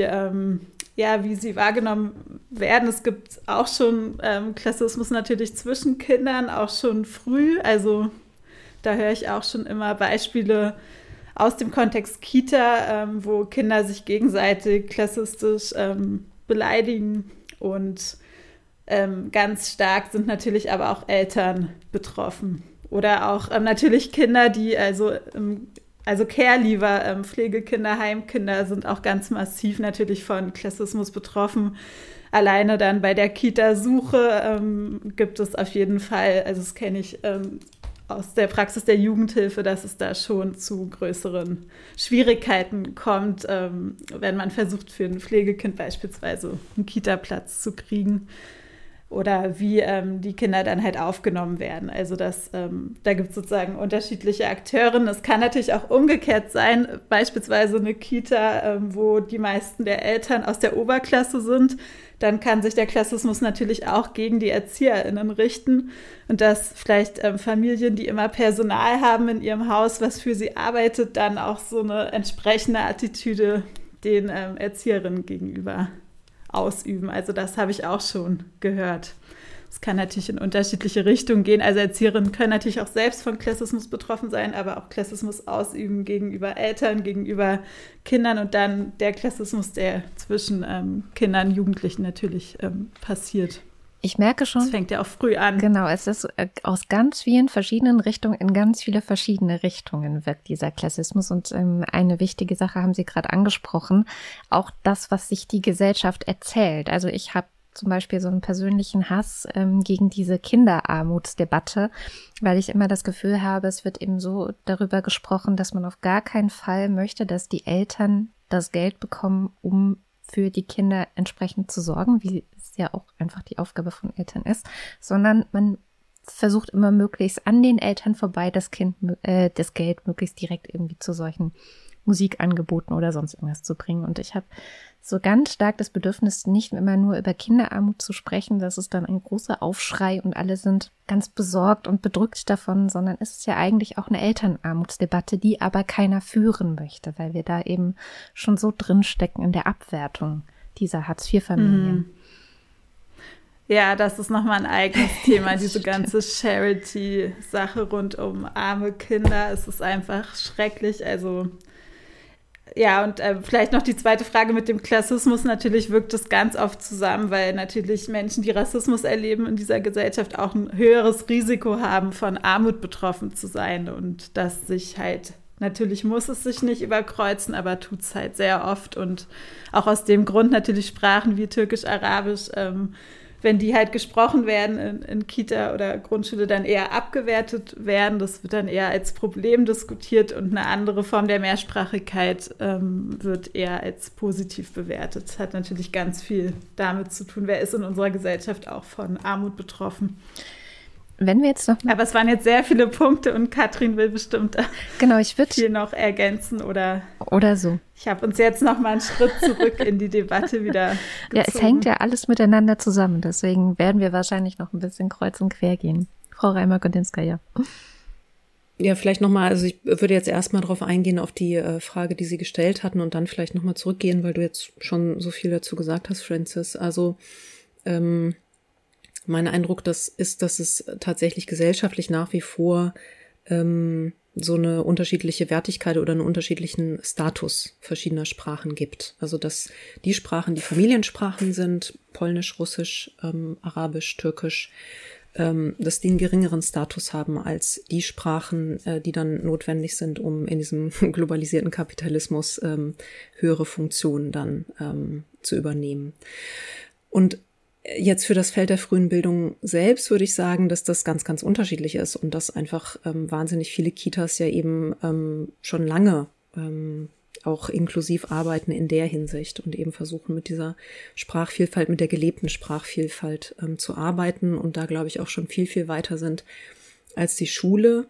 wahrgenommen werden. Es gibt auch schon Klassismus natürlich zwischen Kindern, auch schon früh. Also da höre ich auch schon immer Beispiele aus dem Kontext Kita, wo Kinder sich gegenseitig klassistisch beleidigen, und ganz stark sind natürlich aber auch Eltern betroffen. Oder auch natürlich Kinder, die also Care-Leaver, Pflegekinder, Heimkinder sind auch ganz massiv natürlich von Klassismus betroffen. Alleine dann bei der Kita-Suche gibt es auf jeden Fall, also das kenne ich aus der Praxis der Jugendhilfe, dass es da schon zu größeren Schwierigkeiten kommt, wenn man versucht, für ein Pflegekind beispielsweise einen Kita-Platz zu kriegen, oder wie die Kinder dann halt aufgenommen werden. Also da gibt es sozusagen unterschiedliche Akteurinnen. Es kann natürlich auch umgekehrt sein, beispielsweise eine Kita, wo die meisten der Eltern aus der Oberklasse sind. Dann kann sich der Klassismus natürlich auch gegen die ErzieherInnen richten, und dass vielleicht Familien, die immer Personal haben in ihrem Haus, was für sie arbeitet, dann auch so eine entsprechende Attitüde den Erzieherinnen gegenüber ausüben. Also das habe ich auch schon gehört. Es kann natürlich in unterschiedliche Richtungen gehen. Also Erzieherinnen können natürlich auch selbst von Klassismus betroffen sein, aber auch Klassismus ausüben gegenüber Eltern, gegenüber Kindern, und dann der Klassismus, der zwischen Kindern und Jugendlichen natürlich passiert. Ich merke schon. Das fängt ja auch früh an. Genau, es ist aus ganz vielen verschiedenen Richtungen, in ganz viele verschiedene Richtungen wirkt dieser Klassismus. Und eine wichtige Sache haben Sie gerade angesprochen, auch das, was sich die Gesellschaft erzählt. Also ich habe zum Beispiel so einen persönlichen Hass gegen diese Kinderarmutsdebatte, weil ich immer das Gefühl habe, es wird eben so darüber gesprochen, dass man auf gar keinen Fall möchte, dass die Eltern das Geld bekommen, um für die Kinder entsprechend zu sorgen, wie es ja auch einfach die Aufgabe von Eltern ist, sondern man versucht immer möglichst an den Eltern vorbei, das Geld möglichst direkt irgendwie zu solchen Musikangeboten oder sonst irgendwas zu bringen. Und ich habe so ganz stark das Bedürfnis, nicht immer nur über Kinderarmut zu sprechen, das ist dann ein großer Aufschrei und alle sind ganz besorgt und bedrückt davon, sondern es ist ja eigentlich auch eine Elternarmutsdebatte, die aber keiner führen möchte, weil wir da eben schon so drinstecken in der Abwertung dieser Hartz-IV-Familien. Ja, das ist nochmal ein eigenes Thema, diese ganze Charity-Sache rund um arme Kinder. Es ist einfach schrecklich, also ja, und vielleicht noch die zweite Frage mit dem Klassismus. Natürlich wirkt es ganz oft zusammen, weil natürlich Menschen, die Rassismus erleben in dieser Gesellschaft, auch ein höheres Risiko haben, von Armut betroffen zu sein. Und das sich halt, natürlich muss es sich nicht überkreuzen, aber tut es halt sehr oft. Und auch aus dem Grund natürlich Sprachen wie Türkisch, Arabisch, wenn die halt gesprochen werden in Kita oder Grundschule, dann eher abgewertet werden. Das wird dann eher als Problem diskutiert, und eine andere Form der Mehrsprachigkeit wird eher als positiv bewertet. Das hat natürlich ganz viel damit zu tun, wer ist in unserer Gesellschaft auch von Armut betroffen. wenn wir jetzt noch... Aber es waren jetzt sehr viele Punkte und Katrin will bestimmt viel noch ergänzen oder so. Ich habe uns jetzt noch mal einen Schritt zurück in die Debatte wieder gezogen. Ja, es hängt ja alles miteinander zusammen, deswegen werden wir wahrscheinlich noch ein bisschen kreuz und quer gehen. Frau Reimer-Godinska. Ja, vielleicht nochmal, also ich würde jetzt erstmal darauf eingehen, auf die Frage, die Sie gestellt hatten und dann vielleicht nochmal zurückgehen, weil du jetzt schon so viel dazu gesagt hast, Francis. Also mein Eindruck ist, dass es tatsächlich gesellschaftlich nach wie vor so eine unterschiedliche Wertigkeit oder einen unterschiedlichen Status verschiedener Sprachen gibt. Also dass die Sprachen, die Familiensprachen sind, Polnisch, Russisch, Arabisch, Türkisch, dass die einen geringeren Status haben als die Sprachen, die dann notwendig sind, um in diesem globalisierten Kapitalismus höhere Funktionen dann zu übernehmen. Und jetzt für das Feld der frühen Bildung selbst würde ich sagen, dass das ganz, ganz unterschiedlich ist und dass einfach wahnsinnig viele Kitas ja eben schon lange auch inklusiv arbeiten in der Hinsicht und eben versuchen mit dieser Sprachvielfalt, mit der gelebten Sprachvielfalt zu arbeiten und da glaube ich auch schon viel, viel weiter sind als die Schule.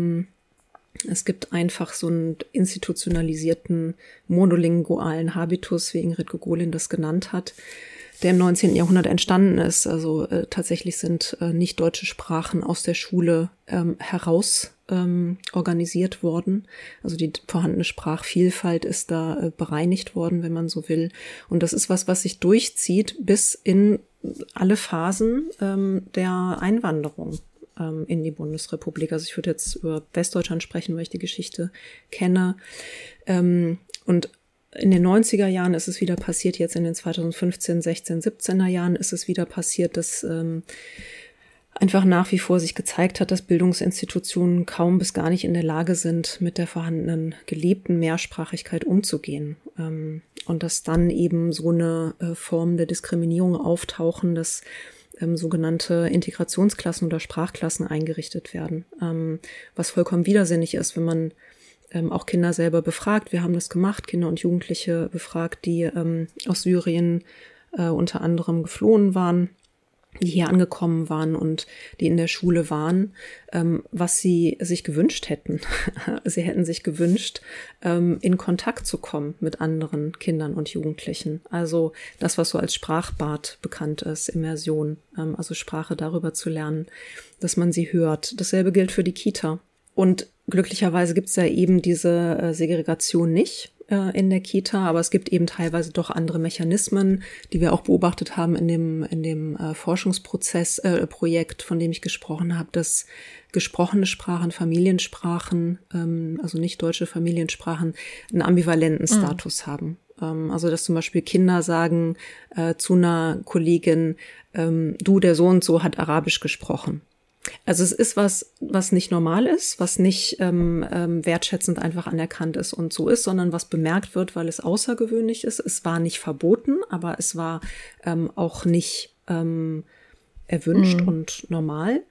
Es gibt einfach so einen institutionalisierten monolingualen Habitus, wie Ingrid Gogolin das genannt hat, der im 19. Jahrhundert entstanden ist. Also tatsächlich sind nicht deutsche Sprachen aus der Schule heraus organisiert worden. Also die vorhandene Sprachvielfalt ist da bereinigt worden, wenn man so will. Und das ist was sich durchzieht bis in alle Phasen der Einwanderung in die Bundesrepublik. Also ich würde jetzt über Westdeutschland sprechen, weil ich die Geschichte kenne. Und in den 90er Jahren ist es wieder passiert, jetzt in den 2015, 16, 17er Jahren ist es wieder passiert, dass einfach nach wie vor sich gezeigt hat, dass Bildungsinstitutionen kaum bis gar nicht in der Lage sind, mit der vorhandenen gelebten Mehrsprachigkeit umzugehen. Und dass dann eben so eine Form der Diskriminierung auftauchen, dass sogenannte Integrationsklassen oder Sprachklassen eingerichtet werden, was vollkommen widersinnig ist, wenn man auch Kinder selber befragt. Wir haben das gemacht, Kinder und Jugendliche befragt, die aus Syrien unter anderem geflohen waren, die hier angekommen waren und die in der Schule waren, was sie sich gewünscht hätten. Sie hätten sich gewünscht, in Kontakt zu kommen mit anderen Kindern und Jugendlichen. Also das, was so als Sprachbad bekannt ist, Immersion, also Sprache darüber zu lernen, dass man sie hört. Dasselbe gilt für die Kita. Und glücklicherweise gibt es ja eben diese Segregation nicht in der Kita, aber es gibt eben teilweise doch andere Mechanismen, die wir auch beobachtet haben in dem Forschungsprozess, Projekt, von dem ich gesprochen habe, dass gesprochene Sprachen, Familiensprachen, also nicht deutsche Familiensprachen, einen ambivalenten Status haben. Also dass zum Beispiel Kinder sagen zu einer Kollegin, du, der so und so hat Arabisch gesprochen. Also es ist was nicht normal ist, was nicht wertschätzend einfach anerkannt ist und so ist, sondern was bemerkt wird, weil es außergewöhnlich ist. Es war nicht verboten, aber es war auch nicht erwünscht und normal.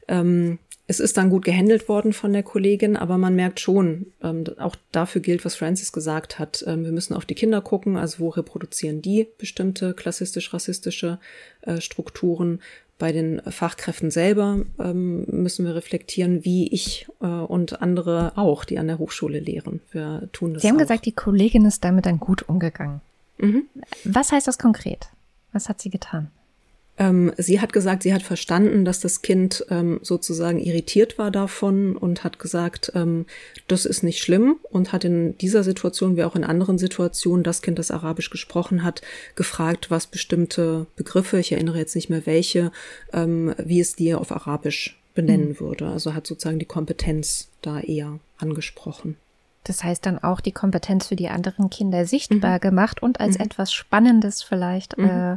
Es ist dann gut gehandelt worden von der Kollegin, aber man merkt schon, auch dafür gilt, was Francis gesagt hat, wir müssen auf die Kinder gucken, also wo reproduzieren die bestimmte klassistisch-rassistische Strukturen. Bei den Fachkräften selber müssen wir reflektieren, wie ich und andere auch, die an der Hochschule lehren. Wir tun das. Sie haben auch gesagt, die Kollegin ist damit dann gut umgegangen. Mhm. Was heißt das konkret? Was hat sie getan? Sie hat gesagt, sie hat verstanden, dass das Kind sozusagen irritiert war davon und hat gesagt, das ist nicht schlimm und hat in dieser Situation wie auch in anderen Situationen das Kind, das Arabisch gesprochen hat, gefragt, was bestimmte Begriffe, ich erinnere jetzt nicht mehr welche, wie es die auf Arabisch benennen würde. Also hat sozusagen die Kompetenz da eher angesprochen. Das heißt dann auch die Kompetenz für die anderen Kinder sichtbar gemacht und als etwas Spannendes vielleicht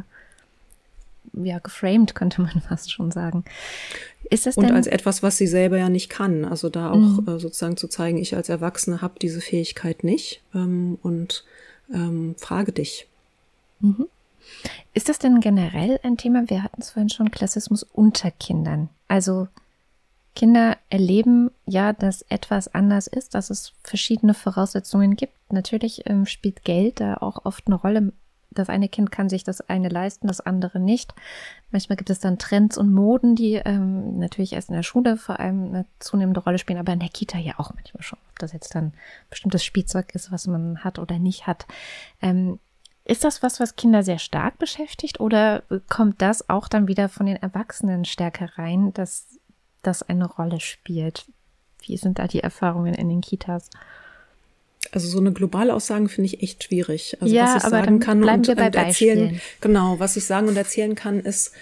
geframed, könnte man fast schon sagen. Ist das denn? Und als etwas, was sie selber ja nicht kann. Also da auch sozusagen zu zeigen, ich als Erwachsene habe diese Fähigkeit nicht und frage dich. Mhm. Ist das denn generell ein Thema? Wir hatten es vorhin schon, Klassismus unter Kindern. Also Kinder erleben ja, dass etwas anders ist, dass es verschiedene Voraussetzungen gibt. Natürlich spielt Geld da auch oft eine Rolle das eine Kind kann sich das eine leisten, das andere nicht. Manchmal gibt es dann Trends und Moden, die natürlich erst in der Schule vor allem eine zunehmende Rolle spielen, aber in der Kita ja auch manchmal schon. Ob das jetzt dann bestimmtes Spielzeug ist, was man hat oder nicht hat. Ist das was Kinder sehr stark beschäftigt oder kommt das auch dann wieder von den Erwachsenen stärker rein, dass das eine Rolle spielt? Wie sind da die Erfahrungen in den Kitas? Also so eine globale Aussagen finde ich echt schwierig. Also ja, was ich aber sagen kann bleiben wir bei und erzählen. Beispielen. Genau, was ich sagen und erzählen kann, ist,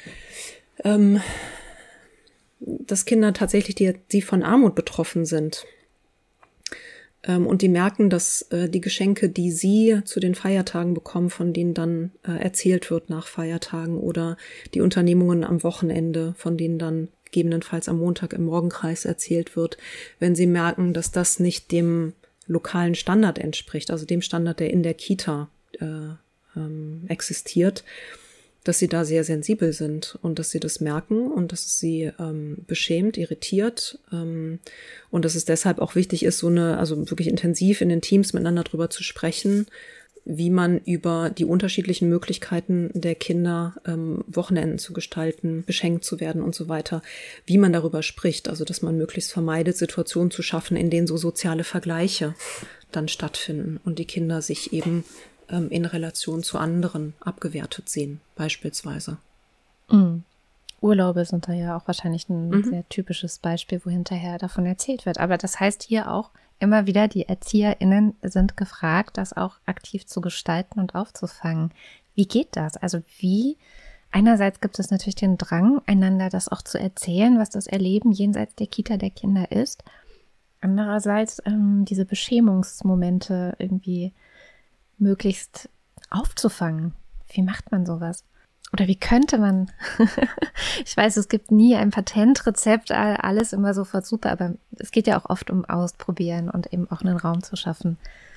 dass Kinder tatsächlich, die von Armut betroffen sind, und die merken, dass die Geschenke, die sie zu den Feiertagen bekommen, von denen dann erzählt wird nach Feiertagen, oder die Unternehmungen am Wochenende, von denen dann gegebenenfalls am Montag im Morgenkreis erzählt wird, wenn sie merken, dass das nicht dem lokalen Standard entspricht, also dem Standard, der in der Kita existiert, dass sie da sehr sensibel sind und dass sie das merken und dass es sie beschämt, irritiert, und dass es deshalb auch wichtig ist, also wirklich intensiv in den Teams miteinander drüber zu sprechen, wie man über die unterschiedlichen Möglichkeiten der Kinder, Wochenenden zu gestalten, beschenkt zu werden und so weiter, wie man darüber spricht, also dass man möglichst vermeidet, Situationen zu schaffen, in denen so soziale Vergleiche dann stattfinden und die Kinder sich eben in Relation zu anderen abgewertet sehen, beispielsweise. Urlaube sind da ja auch wahrscheinlich ein sehr typisches Beispiel, wo hinterher davon erzählt wird. Aber das heißt hier auch immer wieder, die ErzieherInnen sind gefragt, das auch aktiv zu gestalten und aufzufangen. Wie geht das? Also einerseits gibt es natürlich den Drang, einander das auch zu erzählen, was das Erleben jenseits der Kita der Kinder ist. Andererseits diese Beschämungsmomente irgendwie möglichst aufzufangen. Wie macht man sowas? Oder wie könnte man? Ich weiß, es gibt nie ein Patentrezept, alles immer sofort super, aber es geht ja auch oft um Ausprobieren und eben auch einen Raum zu schaffen.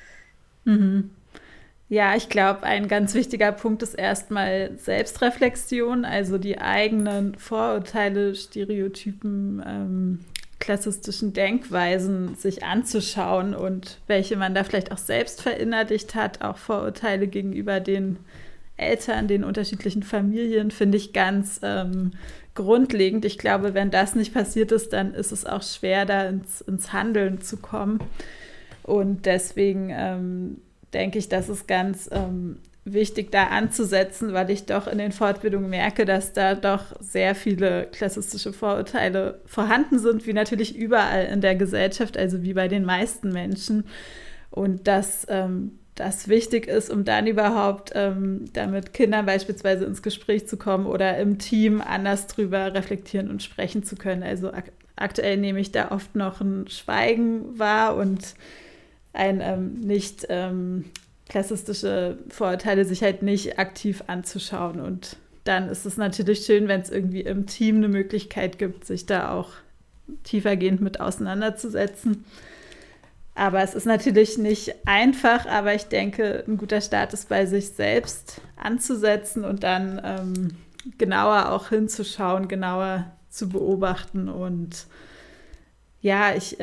Ja, ich glaube, ein ganz wichtiger Punkt ist erstmal Selbstreflexion, also die eigenen Vorurteile, Stereotypen, klassistischen Denkweisen sich anzuschauen und welche man da vielleicht auch selbst verinnerlicht hat, auch Vorurteile gegenüber den Eltern, den unterschiedlichen Familien, finde ich ganz grundlegend. Ich glaube, wenn das nicht passiert ist, dann ist es auch schwer, da ins Handeln zu kommen. Und deswegen denke ich, das ist ganz wichtig, da anzusetzen, weil ich doch in den Fortbildungen merke, dass da doch sehr viele klassistische Vorurteile vorhanden sind, wie natürlich überall in der Gesellschaft, also wie bei den meisten Menschen. Und dass das wichtig ist, um dann überhaupt damit Kindern beispielsweise ins Gespräch zu kommen oder im Team anders drüber reflektieren und sprechen zu können. Also aktuell nehme ich da oft noch ein Schweigen wahr und ein nicht klassistische Vorurteile sich halt nicht aktiv anzuschauen. Und dann ist es natürlich schön, wenn es irgendwie im Team eine Möglichkeit gibt, sich da auch tiefergehend mit auseinanderzusetzen. Aber es ist natürlich nicht einfach, aber ich denke, ein guter Start ist, bei sich selbst anzusetzen und dann genauer auch hinzuschauen, genauer zu beobachten. Und ja, ich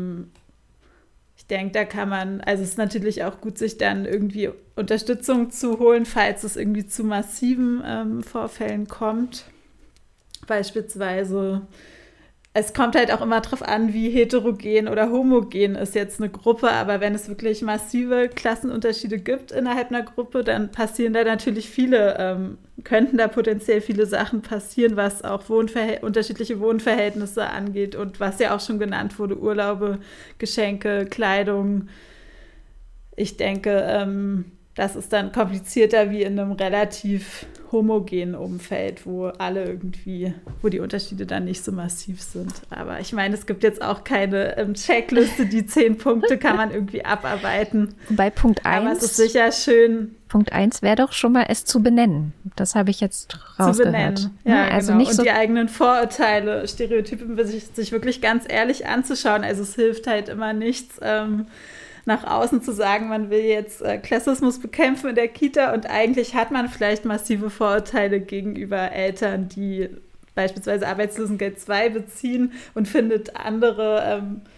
denke, da kann man, also es ist natürlich auch gut, sich dann irgendwie Unterstützung zu holen, falls es irgendwie zu massiven Vorfällen kommt. Beispielsweise, es kommt halt auch immer drauf an, wie heterogen oder homogen ist jetzt eine Gruppe, aber wenn es wirklich massive Klassenunterschiede gibt innerhalb einer Gruppe, dann passieren da natürlich könnten da potenziell viele Sachen passieren, was auch unterschiedliche Wohnverhältnisse angeht und was ja auch schon genannt wurde, Urlaube, Geschenke, Kleidung. Ich denke, das ist dann komplizierter wie in einem relativ homogenen Umfeld, wo die Unterschiede dann nicht so massiv sind. Aber ich meine, es gibt jetzt auch keine Checkliste, die 10 Punkte kann man irgendwie abarbeiten. Bei Punkt 1. Aber es ist sicher schön. Punkt 1 wäre doch schon mal, es zu benennen. Das habe ich jetzt rausgehört. Zu benennen, ja, also genau. Nicht und so die eigenen Vorurteile, Stereotypen sich wirklich ganz ehrlich anzuschauen. Also es hilft halt immer nichts, nach außen zu sagen, man will jetzt Klassismus bekämpfen in der Kita und eigentlich hat man vielleicht massive Vorurteile gegenüber Eltern, die beispielsweise Arbeitslosengeld II beziehen und findet andere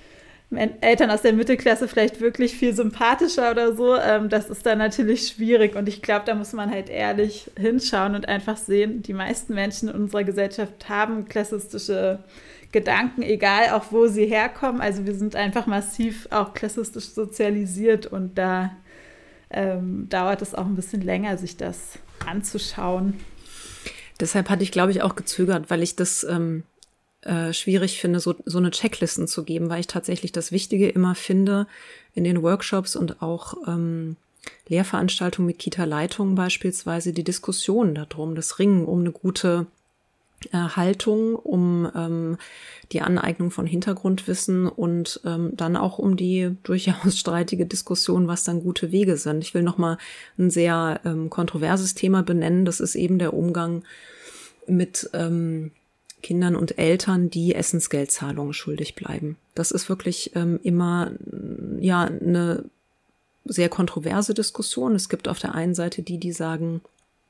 Eltern aus der Mittelklasse vielleicht wirklich viel sympathischer oder so. Das ist dann natürlich schwierig und ich glaube, da muss man halt ehrlich hinschauen und einfach sehen, die meisten Menschen in unserer Gesellschaft haben klassistische Gedanken, egal auch wo sie herkommen. Also wir sind einfach massiv auch klassistisch sozialisiert und da dauert es auch ein bisschen länger, sich das anzuschauen. Deshalb hatte ich, glaube ich, auch gezögert, weil ich das schwierig finde, so eine Checklisten zu geben, weil ich tatsächlich das Wichtige immer finde in den Workshops und auch Lehrveranstaltungen mit Kita-Leitungen beispielsweise die Diskussion darum, das Ringen um eine gute Haltung, um die Aneignung von Hintergrundwissen und dann auch um die durchaus streitige Diskussion, was dann gute Wege sind. Ich will nochmal ein sehr kontroverses Thema benennen, das ist eben der Umgang mit Kindern und Eltern, die Essensgeldzahlungen schuldig bleiben. Das ist wirklich immer ja eine sehr kontroverse Diskussion. Es gibt auf der einen Seite die sagen,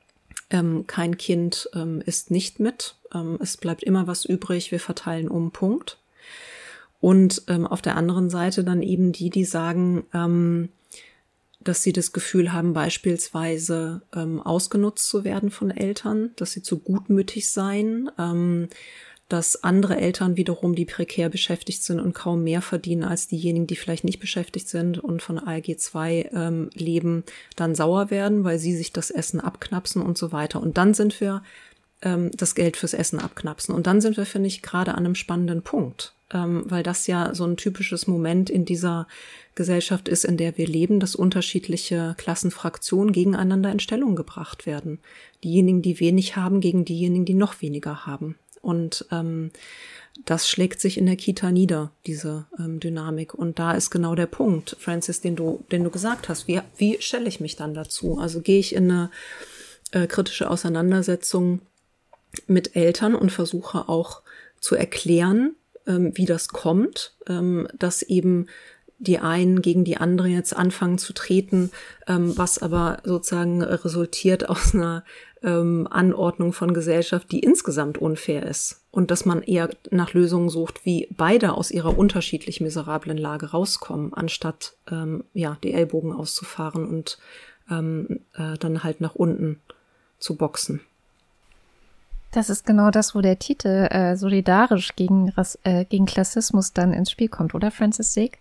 kein Kind isst nicht mit, es bleibt immer was übrig, wir verteilen Punkt. Und auf der anderen Seite dann eben die sagen, dass sie das Gefühl haben, beispielsweise ausgenutzt zu werden von Eltern, dass sie zu gutmütig seien, dass andere Eltern wiederum, die prekär beschäftigt sind und kaum mehr verdienen als diejenigen, die vielleicht nicht beschäftigt sind und von ALG II leben, dann sauer werden, weil sie sich das Essen abknapsen und so weiter. Und dann sind wir das Geld fürs Essen abknapsen. Und dann sind wir, finde ich, gerade an einem spannenden Punkt, weil das ja so ein typisches Moment in dieser Gesellschaft ist, in der wir leben, dass unterschiedliche Klassenfraktionen gegeneinander in Stellung gebracht werden. Diejenigen, die wenig haben, gegen diejenigen, die noch weniger haben. Und das schlägt sich in der Kita nieder, diese Dynamik. Und da ist genau der Punkt, Francis, den du gesagt hast. Wie stelle ich mich dann dazu? Also gehe ich in eine kritische Auseinandersetzung mit Eltern und versuche auch zu erklären, wie das kommt, dass eben die einen gegen die anderen jetzt anfangen zu treten, was aber sozusagen resultiert aus einer Anordnung von Gesellschaft, die insgesamt unfair ist. Und dass man eher nach Lösungen sucht, wie beide aus ihrer unterschiedlich miserablen Lage rauskommen, anstatt die Ellbogen auszufahren und dann halt nach unten zu boxen. Das ist genau das, wo der Titel solidarisch gegen Klassismus dann ins Spiel kommt, oder Francis Seeg?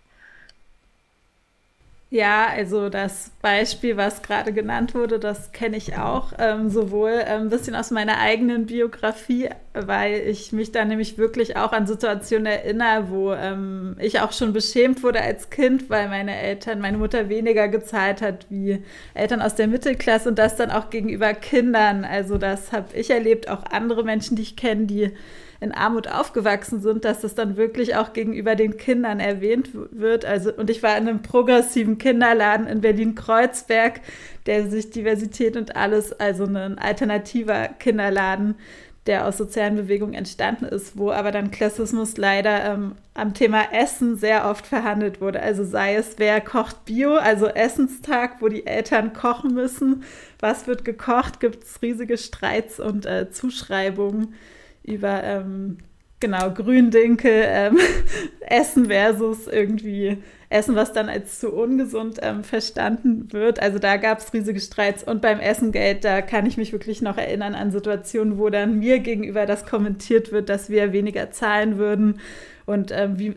Ja, also das Beispiel, was gerade genannt wurde, das kenne ich auch, sowohl ein bisschen aus meiner eigenen Biografie, weil ich mich da nämlich wirklich auch an Situationen erinnere, wo ich auch schon beschämt wurde als Kind, weil meine Mutter weniger gezahlt hat wie Eltern aus der Mittelklasse und das dann auch gegenüber Kindern. Also das habe ich erlebt, auch andere Menschen, die ich kenne, die in Armut aufgewachsen sind, dass das dann wirklich auch gegenüber den Kindern erwähnt wird. Also, und ich war in einem progressiven Kinderladen in Berlin-Kreuzberg, der sich Diversität und alles, also ein alternativer Kinderladen, der aus sozialen Bewegungen entstanden ist, wo aber dann Klassismus leider am Thema Essen sehr oft verhandelt wurde. Also sei es, wer kocht Bio, also Essenstag, wo die Eltern kochen müssen. Was wird gekocht? Gibt es riesige Streits und Zuschreibungen über Gründinkel, Essen versus irgendwie Essen, was dann als zu ungesund verstanden wird. Also da gab es riesige Streits. Und beim Essengeld, da kann ich mich wirklich noch erinnern an Situationen, wo dann mir gegenüber das kommentiert wird, dass wir weniger zahlen würden. Und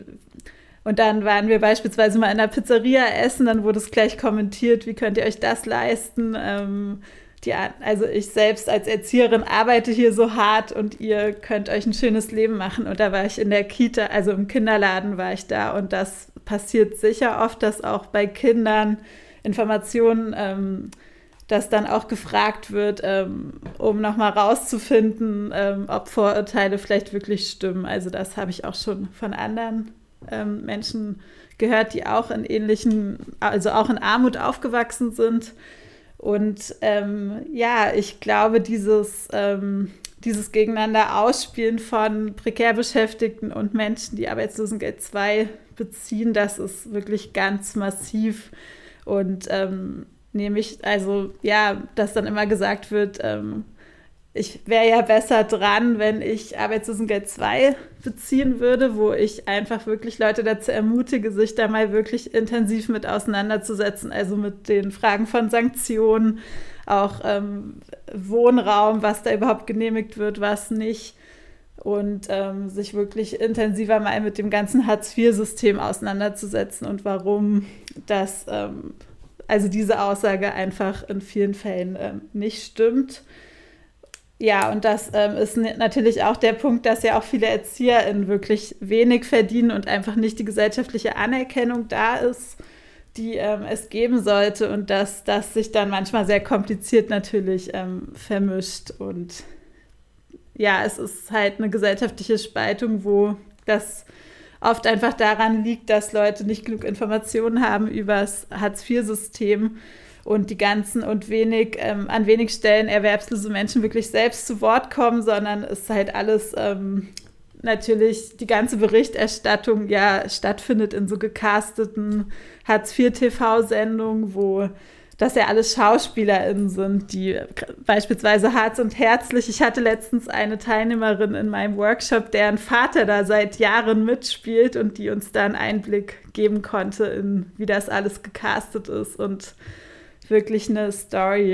dann waren wir beispielsweise mal in einer Pizzeria essen, dann wurde es gleich kommentiert, wie könnt ihr euch das leisten? Also ich selbst als Erzieherin arbeite hier so hart und ihr könnt euch ein schönes Leben machen. Und da war ich in der Kita, also im Kinderladen war ich da. Und das passiert sicher oft, dass auch bei Kindern Informationen, dass dann auch gefragt wird, um nochmal rauszufinden, ob Vorurteile vielleicht wirklich stimmen. Also das habe ich auch schon von anderen Menschen gehört, die auch in also auch in Armut aufgewachsen sind. Und ich glaube, dieses Gegeneinander Ausspielen von prekär Beschäftigten und Menschen, die Arbeitslosengeld II beziehen, das ist wirklich ganz massiv. Und dass dann immer gesagt wird, ich wäre ja besser dran, wenn ich Arbeitslosengeld 2 beziehen würde, wo ich einfach wirklich Leute dazu ermutige, sich da mal wirklich intensiv mit auseinanderzusetzen, also mit den Fragen von Sanktionen, auch Wohnraum, was da überhaupt genehmigt wird, was nicht, und sich wirklich intensiver mal mit dem ganzen Hartz-IV-System auseinanderzusetzen und warum das, also diese Aussage einfach in vielen Fällen nicht stimmt. Ja, und das ist natürlich auch der Punkt, dass ja auch viele ErzieherInnen wirklich wenig verdienen und einfach nicht die gesellschaftliche Anerkennung da ist, die es geben sollte, und dass das sich dann manchmal sehr kompliziert natürlich vermischt. Und ja, es ist halt eine gesellschaftliche Spaltung, wo das oft einfach daran liegt, dass Leute nicht genug Informationen haben über das Hartz-IV-System und die ganzen und an wenig Stellen erwerbslose Menschen wirklich selbst zu Wort kommen, sondern es halt alles natürlich die ganze Berichterstattung ja stattfindet in so gecasteten Hartz-IV-TV-Sendungen, wo das ja alles SchauspielerInnen sind, die beispielsweise Harz und Herzlich. Ich hatte letztens eine Teilnehmerin in meinem Workshop, deren Vater da seit Jahren mitspielt und die uns da einen Einblick geben konnte in, wie das alles gecastet ist, und wirklich eine Story.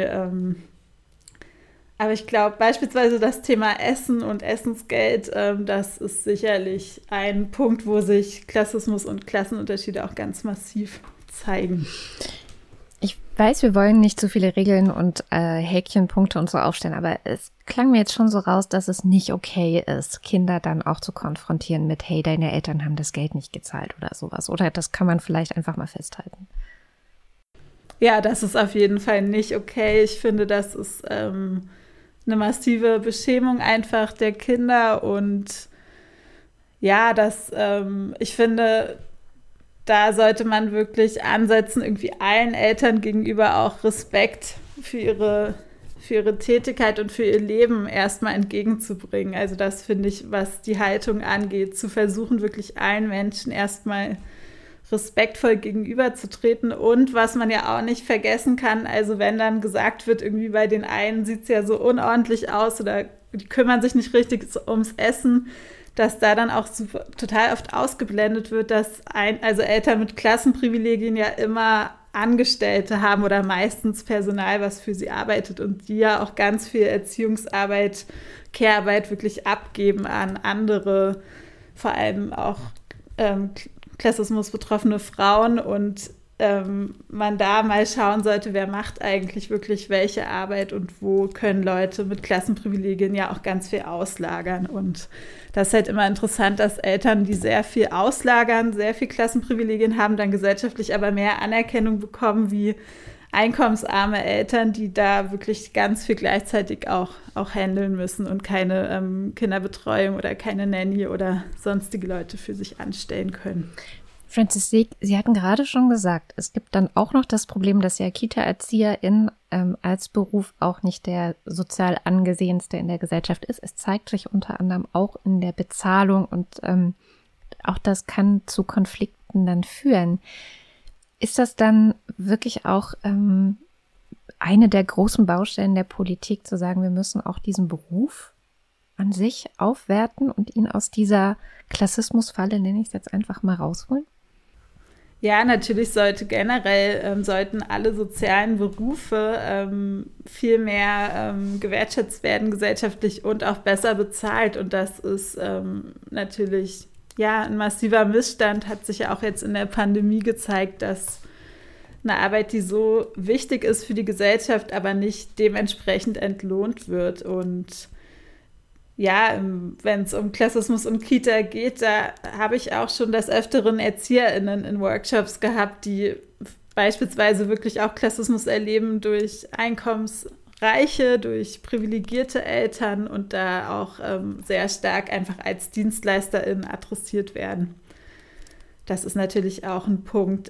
Aber ich glaube, beispielsweise das Thema Essen und Essensgeld, das ist sicherlich ein Punkt, wo sich Klassismus und Klassenunterschiede auch ganz massiv zeigen. Ich weiß, wir wollen nicht zu viele Regeln und Häkchenpunkte und so aufstellen, aber es klang mir jetzt schon so raus, dass es nicht okay ist, Kinder dann auch zu konfrontieren mit, hey, deine Eltern haben das Geld nicht gezahlt oder sowas. Oder das kann man vielleicht einfach mal festhalten. Ja, das ist auf jeden Fall nicht okay. Ich finde, das ist eine massive Beschämung einfach der Kinder. Und ja, ich finde, da sollte man wirklich ansetzen, irgendwie allen Eltern gegenüber auch Respekt für ihre Tätigkeit und für ihr Leben erstmal entgegenzubringen. Also das finde ich, was die Haltung angeht, zu versuchen, wirklich allen Menschen erstmal respektvoll gegenüberzutreten. Und was man ja auch nicht vergessen kann, also wenn dann gesagt wird, irgendwie bei den einen sieht es ja so unordentlich aus oder die kümmern sich nicht richtig ums Essen, dass da dann auch total oft ausgeblendet wird, dass also Eltern mit Klassenprivilegien ja immer Angestellte haben oder meistens Personal, was für sie arbeitet, und die ja auch ganz viel Erziehungsarbeit, Care-Arbeit wirklich abgeben an andere, vor allem auch Klassismus betroffene Frauen, und man da mal schauen sollte, wer macht eigentlich wirklich welche Arbeit und wo können Leute mit Klassenprivilegien ja auch ganz viel auslagern. Und das ist halt immer interessant, dass Eltern, die sehr viel auslagern, sehr viel Klassenprivilegien haben, dann gesellschaftlich aber mehr Anerkennung bekommen wie einkommensarme Eltern, die da wirklich ganz viel gleichzeitig auch handeln müssen und keine Kinderbetreuung oder keine Nanny oder sonstige Leute für sich anstellen können. Francis, Sie hatten gerade schon gesagt, es gibt dann auch noch das Problem, dass ja Kita-Erzieherin als Beruf auch nicht der sozial angesehenste in der Gesellschaft ist. Es zeigt sich unter anderem auch in der Bezahlung, und auch das kann zu Konflikten dann führen. Ist das dann wirklich auch eine der großen Baustellen der Politik, zu sagen, wir müssen auch diesen Beruf an sich aufwerten und ihn aus dieser Klassismusfalle, nenne ich es jetzt einfach mal, rausholen? Ja, natürlich sollten alle sozialen Berufe viel mehr gewertschätzt werden gesellschaftlich und auch besser bezahlt. Und das ist natürlich ja ein massiver Missstand, hat sich ja auch jetzt in der Pandemie gezeigt, dass eine Arbeit, die so wichtig ist für die Gesellschaft, aber nicht dementsprechend entlohnt wird. Und ja, wenn es um Klassismus und Kita geht, da habe ich auch schon des Öfteren ErzieherInnen in Workshops gehabt, die beispielsweise wirklich auch Klassismus erleben durch Einkommensreiche, durch privilegierte Eltern und da auch sehr stark einfach als DienstleisterInnen adressiert werden. Das ist natürlich auch ein Punkt,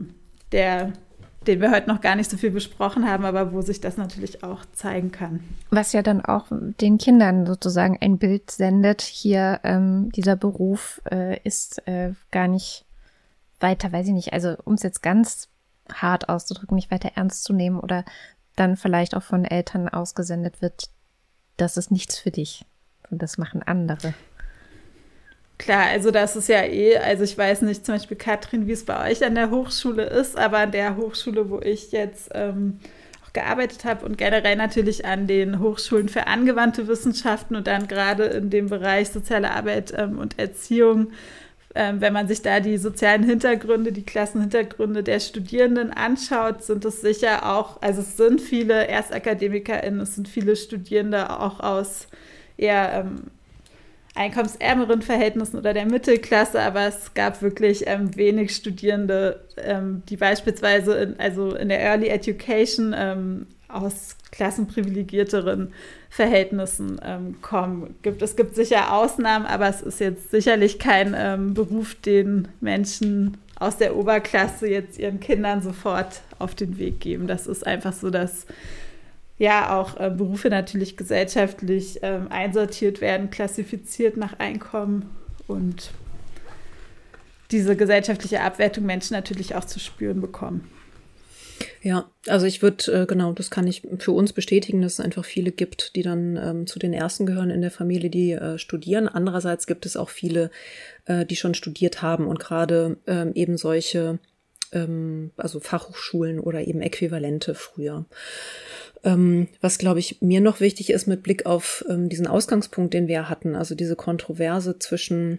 den wir heute noch gar nicht so viel besprochen haben, aber wo sich das natürlich auch zeigen kann. Was ja dann auch den Kindern sozusagen ein Bild sendet, hier dieser Beruf ist gar nicht weiter, weiß ich nicht, also um es jetzt ganz hart auszudrücken, nicht weiter ernst zu nehmen, oder dann vielleicht auch von Eltern ausgesendet wird, das ist nichts für dich und das machen andere? Klar, also das ist ja also ich weiß nicht, zum Beispiel Katrin, wie es bei euch an der Hochschule ist, aber an der Hochschule, wo ich jetzt auch gearbeitet habe und generell natürlich an den Hochschulen für angewandte Wissenschaften und dann gerade in dem Bereich soziale Arbeit und Erziehung, wenn man sich da die sozialen Hintergründe, die Klassenhintergründe der Studierenden anschaut, sind es sicher auch, also es sind viele ErstakademikerInnen, es sind viele Studierende auch aus eher einkommensärmeren Verhältnissen oder der Mittelklasse, aber es gab wirklich wenig Studierende, die beispielsweise in der Early Education aus klassenprivilegierteren Verhältnissen kommen. Es gibt sicher Ausnahmen, aber es ist jetzt sicherlich kein Beruf, den Menschen aus der Oberklasse jetzt ihren Kindern sofort auf den Weg geben. Das ist einfach so, dass ja auch Berufe natürlich gesellschaftlich einsortiert werden, klassifiziert nach Einkommen und diese gesellschaftliche Abwertung Menschen natürlich auch zu spüren bekommen. Ja, also ich würde, genau, das kann ich für uns bestätigen, dass es einfach viele gibt, die dann zu den Ersten gehören in der Familie, die studieren. Andererseits gibt es auch viele, die schon studiert haben und gerade eben solche, also Fachhochschulen oder eben Äquivalente früher. Was, glaube ich, mir noch wichtig ist mit Blick auf diesen Ausgangspunkt, den wir hatten, also diese Kontroverse zwischen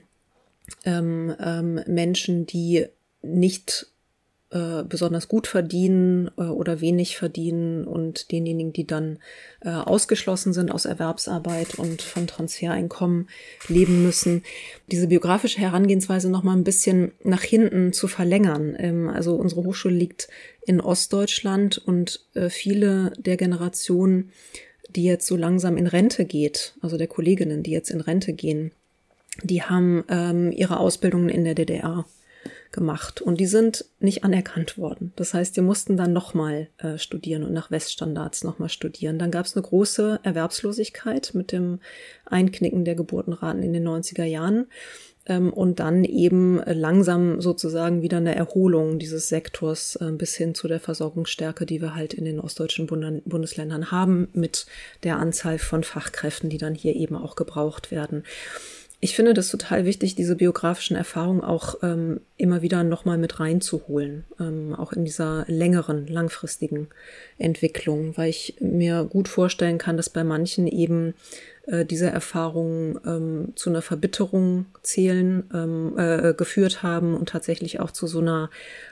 Menschen, die nicht besonders gut verdienen oder wenig verdienen und denjenigen, die dann ausgeschlossen sind aus Erwerbsarbeit und von Transfereinkommen leben müssen, diese biografische Herangehensweise noch mal ein bisschen nach hinten zu verlängern. Also unsere Hochschule liegt in Ostdeutschland und viele der Generation, die jetzt so langsam in Rente geht, also der Kolleginnen, die jetzt in Rente gehen, die haben ihre Ausbildungen in der DDR gemacht und die sind nicht anerkannt worden. Das heißt, die mussten dann nochmal studieren und nach Weststandards nochmal studieren. Dann gab es eine große Erwerbslosigkeit mit dem Einknicken der Geburtenraten in den 90er Jahren und dann eben langsam sozusagen wieder eine Erholung dieses Sektors bis hin zu der Versorgungsstärke, die wir halt in den ostdeutschen Bundesländern haben, mit der Anzahl von Fachkräften, die dann hier eben auch gebraucht werden. Ich finde das total wichtig, diese biografischen Erfahrungen auch immer wieder nochmal mit reinzuholen, auch in dieser längeren, langfristigen Entwicklung, weil ich mir gut vorstellen kann, dass bei manchen eben diese Erfahrungen zu einer Verbitterung geführt haben und tatsächlich auch zu so einer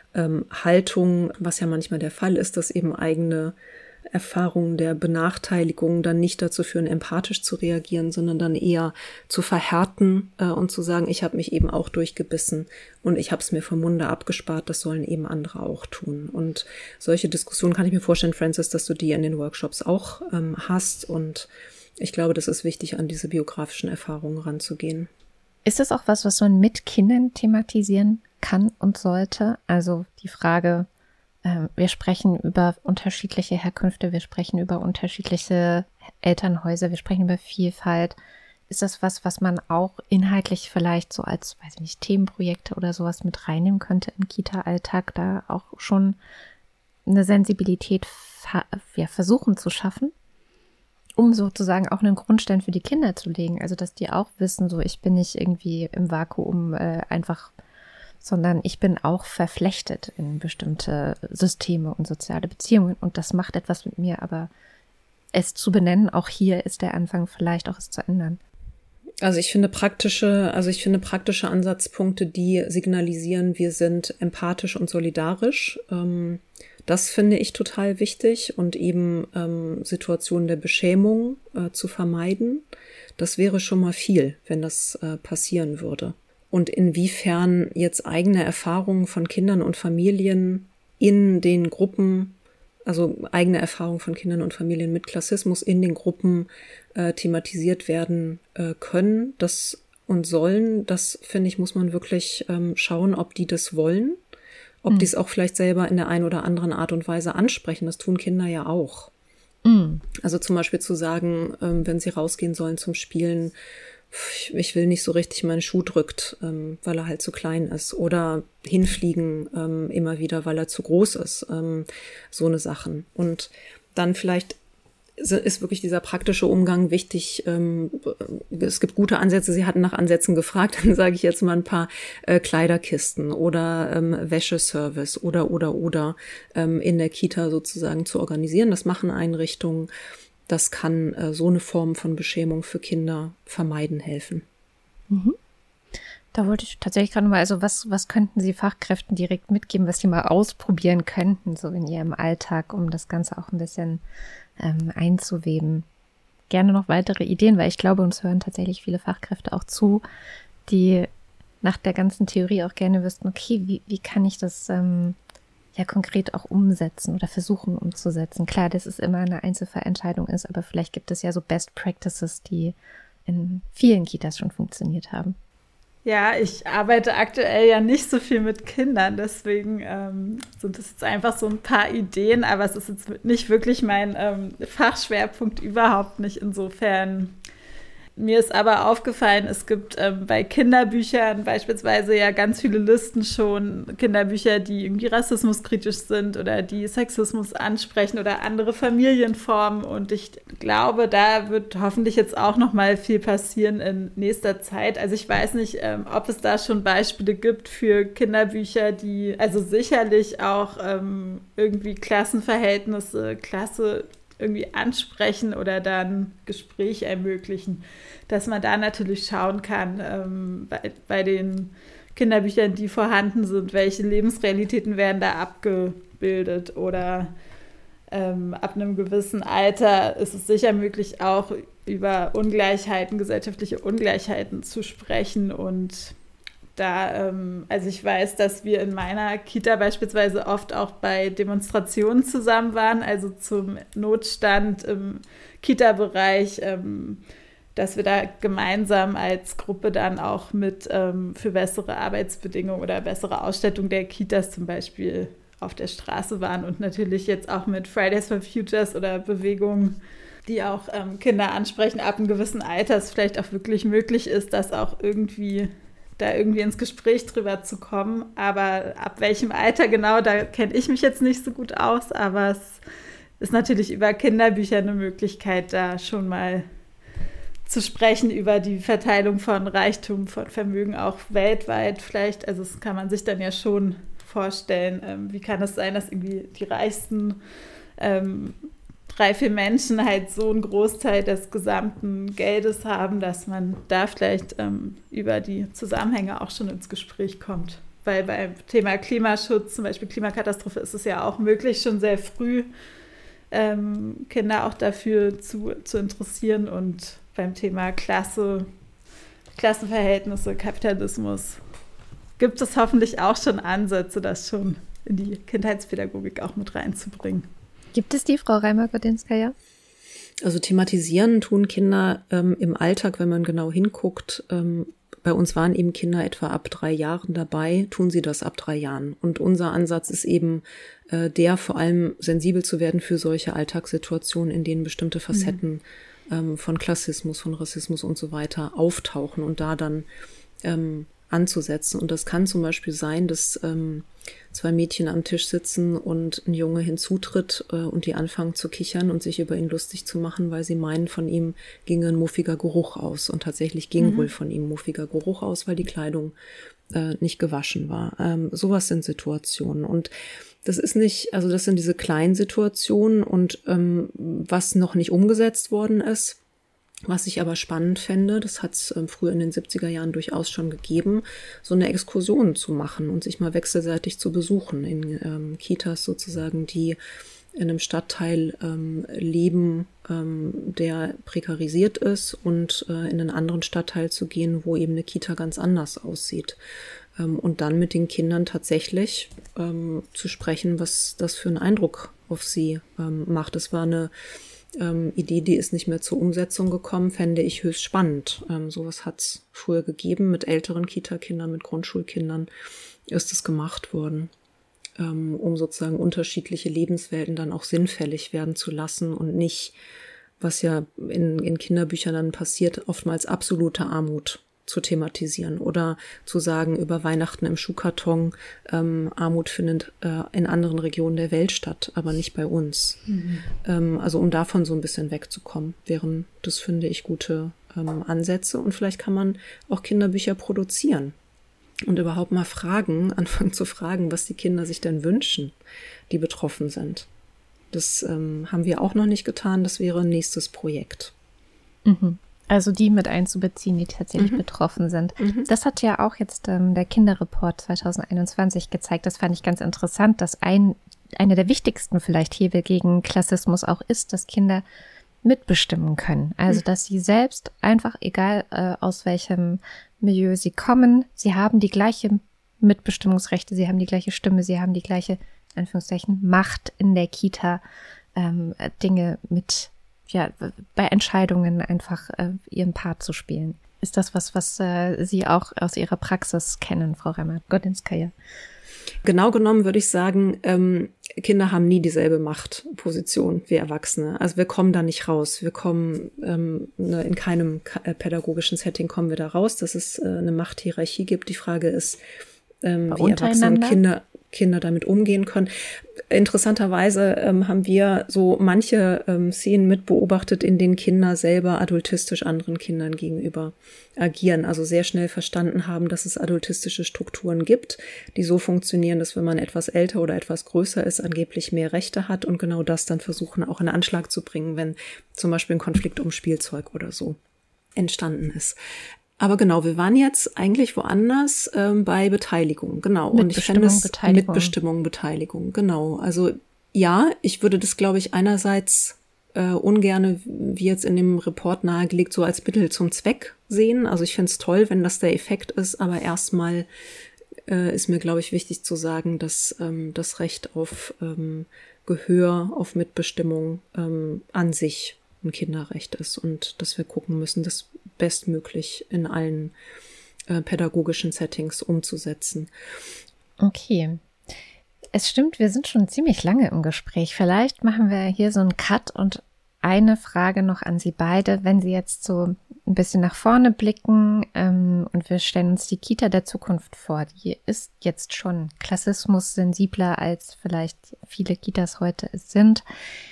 Haltung, was ja manchmal der Fall ist, dass eben eigene Erfahrungen der Benachteiligung dann nicht dazu führen, empathisch zu reagieren, sondern dann eher zu verhärten und zu sagen, ich habe mich eben auch durchgebissen und ich habe es mir vom Munde abgespart, das sollen eben andere auch tun. Und solche Diskussionen kann ich mir vorstellen, Frances, dass du die in den Workshops auch hast und ich glaube, das ist wichtig, an diese biografischen Erfahrungen ranzugehen. Ist das auch was man mit Kindern thematisieren kann und sollte? Also die Frage, wir sprechen über unterschiedliche Herkünfte, wir sprechen über unterschiedliche Elternhäuser, wir sprechen über Vielfalt. Ist das was man auch inhaltlich vielleicht so als, weiß ich nicht, Themenprojekte oder sowas mit reinnehmen könnte im Kita-Alltag, da auch schon eine Sensibilität versuchen zu schaffen, um sozusagen auch einen Grundstein für die Kinder zu legen? Also, dass die auch wissen, so ich bin nicht irgendwie im Vakuum einfach, sondern ich bin auch verflechtet in bestimmte Systeme und soziale Beziehungen und das macht etwas mit mir, aber es zu benennen, auch hier ist der Anfang vielleicht auch es zu ändern. Also ich finde praktische Ansatzpunkte, die signalisieren, wir sind empathisch und solidarisch. Das finde ich total wichtig und eben Situationen der Beschämung zu vermeiden. Das wäre schon mal viel, wenn das passieren würde. Und inwiefern jetzt eigene Erfahrungen von Kindern und Familien in den Gruppen, also eigene Erfahrungen von Kindern und Familien mit Klassismus in den Gruppen thematisiert werden können, das und sollen, das finde ich, muss man wirklich schauen, ob die das wollen, ob die es auch vielleicht selber in der einen oder anderen Art und Weise ansprechen. Das tun Kinder ja auch. Also zum Beispiel zu sagen, wenn sie rausgehen sollen zum Spielen, ich will nicht so richtig, mein Schuh drückt, weil er halt zu klein ist. Oder hinfliegen immer wieder, weil er zu groß ist. So eine Sachen. Und dann vielleicht ist wirklich dieser praktische Umgang wichtig. Es gibt gute Ansätze. Sie hatten nach Ansätzen gefragt. Dann sage ich jetzt mal ein paar Kleiderkisten oder Wäscheservice oder in der Kita sozusagen zu organisieren. Das machen Einrichtungen. Das kann so eine Form von Beschämung für Kinder vermeiden helfen. Mhm. Da wollte ich tatsächlich gerade mal, also was könnten Sie Fachkräften direkt mitgeben, was Sie mal ausprobieren könnten, so in Ihrem Alltag, um das Ganze auch ein bisschen einzuweben? Gerne noch weitere Ideen, weil ich glaube, uns hören tatsächlich viele Fachkräfte auch zu, die nach der ganzen Theorie auch gerne wüssten, okay, wie kann ich das ja konkret auch umsetzen oder versuchen umzusetzen? Klar, dass es immer eine Einzelfallentscheidung ist, aber vielleicht gibt es ja so Best Practices, die in vielen Kitas schon funktioniert haben. Ja, ich arbeite aktuell ja nicht so viel mit Kindern, deswegen sind das jetzt einfach so ein paar Ideen, aber es ist jetzt nicht wirklich mein Fachschwerpunkt, überhaupt nicht. Insofern, mir ist aber aufgefallen, es gibt bei Kinderbüchern beispielsweise ja ganz viele Listen schon, Kinderbücher, die irgendwie rassismuskritisch sind oder die Sexismus ansprechen oder andere Familienformen, und ich glaube, da wird hoffentlich jetzt auch noch mal viel passieren in nächster Zeit. Also ich weiß nicht, ob es da schon Beispiele gibt für Kinderbücher, die also sicherlich auch irgendwie Klassenverhältnisse, Klasse irgendwie ansprechen oder dann Gespräch ermöglichen, dass man da natürlich schauen kann, bei den Kinderbüchern, die vorhanden sind, welche Lebensrealitäten werden da abgebildet, oder ab einem gewissen Alter ist es sicher möglich, auch über Ungleichheiten, gesellschaftliche Ungleichheiten zu sprechen. Und da, also ich weiß, dass wir in meiner Kita beispielsweise oft auch bei Demonstrationen zusammen waren, also zum Notstand im Kita-Bereich, dass wir da gemeinsam als Gruppe dann auch mit für bessere Arbeitsbedingungen oder bessere Ausstattung der Kitas zum Beispiel auf der Straße waren, und natürlich jetzt auch mit Fridays for Futures oder Bewegungen, die auch Kinder ansprechen, ab einem gewissen Alter es vielleicht auch wirklich möglich ist, dass auch irgendwie ins Gespräch drüber zu kommen. Aber ab welchem Alter genau, da kenne ich mich jetzt nicht so gut aus, aber es ist natürlich über Kinderbücher eine Möglichkeit, da schon mal zu sprechen über die Verteilung von Reichtum, von Vermögen auch weltweit vielleicht. Also das kann man sich dann ja schon vorstellen. Wie kann es sein, dass irgendwie die reichsten 3-4 Menschen halt so einen Großteil des gesamten Geldes haben, dass man da vielleicht über die Zusammenhänge auch schon ins Gespräch kommt. Weil beim Thema Klimaschutz, zum Beispiel Klimakatastrophe, ist es ja auch möglich, schon sehr früh Kinder auch dafür zu interessieren. Und beim Thema Klassenverhältnisse, Kapitalismus gibt es hoffentlich auch schon Ansätze, das schon in die Kindheitspädagogik auch mit reinzubringen. Gibt es die, Frau Reimer-Godinskaya? Also thematisieren tun Kinder im Alltag, wenn man genau hinguckt. Bei uns waren eben Kinder etwa ab 3 Jahren dabei, tun sie das ab 3 Jahren. Und unser Ansatz ist eben vor allem sensibel zu werden für solche Alltagssituationen, in denen bestimmte Facetten von Klassismus, von Rassismus und so weiter auftauchen und da dann anzusetzen. Und das kann zum Beispiel sein, dass 2 Mädchen am Tisch sitzen und ein Junge hinzutritt und die anfangen zu kichern und sich über ihn lustig zu machen, weil sie meinen, von ihm ginge ein muffiger Geruch aus. Und tatsächlich ging wohl von ihm muffiger Geruch aus, weil die Kleidung nicht gewaschen war. Sowas sind Situationen. Und das ist nicht, also das sind diese kleinen Situationen, und was noch nicht umgesetzt worden ist, was ich aber spannend fände, das hat es früher in den 70er Jahren durchaus schon gegeben, so eine Exkursion zu machen und sich mal wechselseitig zu besuchen in Kitas sozusagen, die in einem Stadtteil leben, der prekarisiert ist, und in einen anderen Stadtteil zu gehen, wo eben eine Kita ganz anders aussieht. Und dann mit den Kindern tatsächlich zu sprechen, was das für einen Eindruck auf sie macht. Das war eine Idee, die ist nicht mehr zur Umsetzung gekommen, fände ich höchst spannend. Sowas hat es früher gegeben, mit älteren Kita-Kindern, mit Grundschulkindern ist es gemacht worden, um sozusagen unterschiedliche Lebenswelten dann auch sinnfällig werden zu lassen und nicht, was ja in Kinderbüchern dann passiert, oftmals absolute Armut zu thematisieren oder zu sagen, über Weihnachten im Schuhkarton, Armut findet in anderen Regionen der Welt statt, aber nicht bei uns. Also um davon so ein bisschen wegzukommen, wären das, finde ich, gute Ansätze. Und vielleicht kann man auch Kinderbücher produzieren und überhaupt mal anfangen zu fragen, was die Kinder sich denn wünschen, die betroffen sind. Das haben wir auch noch nicht getan, das wäre ein nächstes Projekt. Also die mit einzubeziehen, die tatsächlich betroffen sind. Das hat ja auch jetzt der Kinderreport 2021 gezeigt. Das fand ich ganz interessant, dass einer der wichtigsten vielleicht Hebel gegen Klassismus auch ist, dass Kinder mitbestimmen können. Also dass sie selbst einfach, egal aus welchem Milieu sie kommen, sie haben die gleiche Mitbestimmungsrechte, sie haben die gleiche Stimme, sie haben die gleiche, in Anführungszeichen, Macht in der Kita, Dinge mit bei Entscheidungen einfach ihren Part zu spielen. Ist das was Sie auch aus Ihrer Praxis kennen, Frau Reimer-Godinskaya? Genau genommen würde ich sagen, Kinder haben nie dieselbe Machtposition wie Erwachsene. Also wir kommen da nicht raus. Wir kommen in keinem pädagogischen Setting kommen wir da raus, dass es eine Machthierarchie gibt. Die Frage ist, wie Erwachsene und Kinder damit umgehen können. Interessanterweise haben wir so manche Szenen mitbeobachtet, in denen Kinder selber adultistisch anderen Kindern gegenüber agieren. Also sehr schnell verstanden haben, dass es adultistische Strukturen gibt, die so funktionieren, dass wenn man etwas älter oder etwas größer ist, angeblich mehr Rechte hat und genau das dann versuchen auch in Anschlag zu bringen, wenn zum Beispiel ein Konflikt um Spielzeug oder so entstanden ist. Aber genau, wir waren jetzt eigentlich woanders bei Beteiligung, genau. Und ich fände es Mitbestimmung, Beteiligung, genau. Also ja, ich würde das, glaube ich, einerseits ungerne, wie jetzt in dem Report nahegelegt, so als Mittel zum Zweck sehen. Also ich finde es toll, wenn das der Effekt ist, aber erstmal ist mir, glaube ich, wichtig zu sagen, dass das Recht auf Gehör, auf Mitbestimmung an sich ein Kinderrecht ist und dass wir gucken müssen, das bestmöglich in allen pädagogischen Settings umzusetzen. Okay. Es stimmt, wir sind schon ziemlich lange im Gespräch. Vielleicht machen wir hier so einen Cut und eine Frage noch an Sie beide, wenn Sie jetzt so ein bisschen nach vorne blicken und wir stellen uns die Kita der Zukunft vor. Die ist jetzt schon Klassismus sensibler, als vielleicht viele Kitas heute es sind.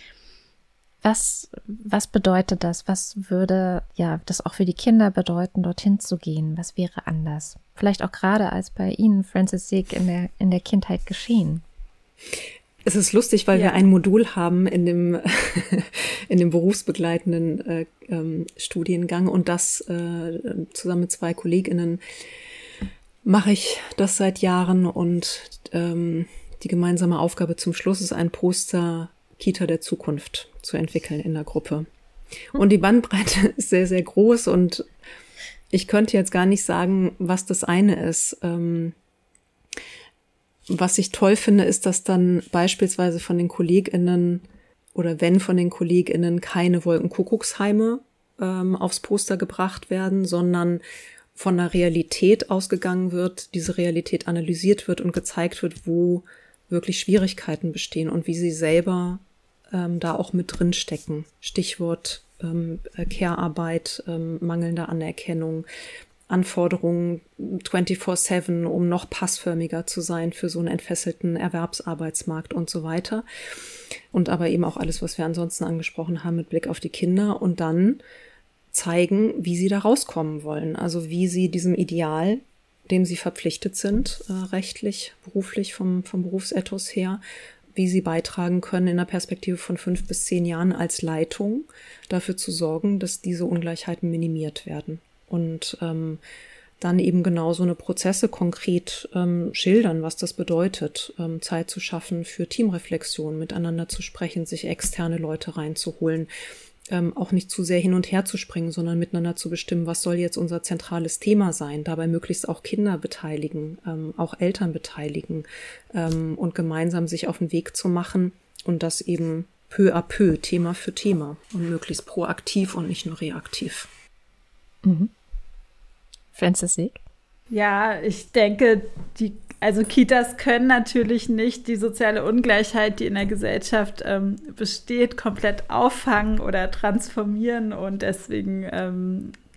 Was bedeutet das? Was würde das auch für die Kinder bedeuten, dorthin zu gehen? Was wäre anders? Vielleicht auch gerade als bei Ihnen, Francis Seeg, in der Kindheit geschehen. Es ist lustig, weil wir ein Modul haben in dem berufsbegleitenden Studiengang und das zusammen mit 2 KollegInnen mache ich das seit Jahren und die gemeinsame Aufgabe zum Schluss ist ein Poster Kita der Zukunft zu entwickeln in der Gruppe. Und die Bandbreite ist sehr, sehr groß und ich könnte jetzt gar nicht sagen, was das eine ist. Was ich toll finde, ist, dass dann beispielsweise von den KollegInnen oder wenn von den KollegInnen keine Wolkenkuckucksheime aufs Poster gebracht werden, sondern von einer Realität ausgegangen wird, diese Realität analysiert wird und gezeigt wird, wo wirklich Schwierigkeiten bestehen und wie sie selber da auch mit drin stecken. Stichwort Care-Arbeit, mangelnde Anerkennung, Anforderungen 24/7, um noch passförmiger zu sein für so einen entfesselten Erwerbsarbeitsmarkt und so weiter. Und aber eben auch alles, was wir ansonsten angesprochen haben mit Blick auf die Kinder und dann zeigen, wie sie da rauskommen wollen. Also wie sie diesem Ideal, dem sie verpflichtet sind, rechtlich, beruflich, vom Berufsethos her, wie sie beitragen können, in der Perspektive von 5 bis 10 Jahren als Leitung dafür zu sorgen, dass diese Ungleichheiten minimiert werden. Und dann eben genau so eine Prozesse konkret schildern, was das bedeutet, Zeit zu schaffen für Teamreflexion, miteinander zu sprechen, sich externe Leute reinzuholen, auch nicht zu sehr hin und her zu springen, sondern miteinander zu bestimmen, was soll jetzt unser zentrales Thema sein, dabei möglichst auch Kinder beteiligen, auch Eltern beteiligen und gemeinsam sich auf den Weg zu machen und das eben peu à peu, Thema für Thema und möglichst proaktiv und nicht nur reaktiv. Mhm. Francis Seeg? Ja, ich denke, Kitas können natürlich nicht die soziale Ungleichheit, die in der Gesellschaft besteht, komplett auffangen oder transformieren. Und deswegen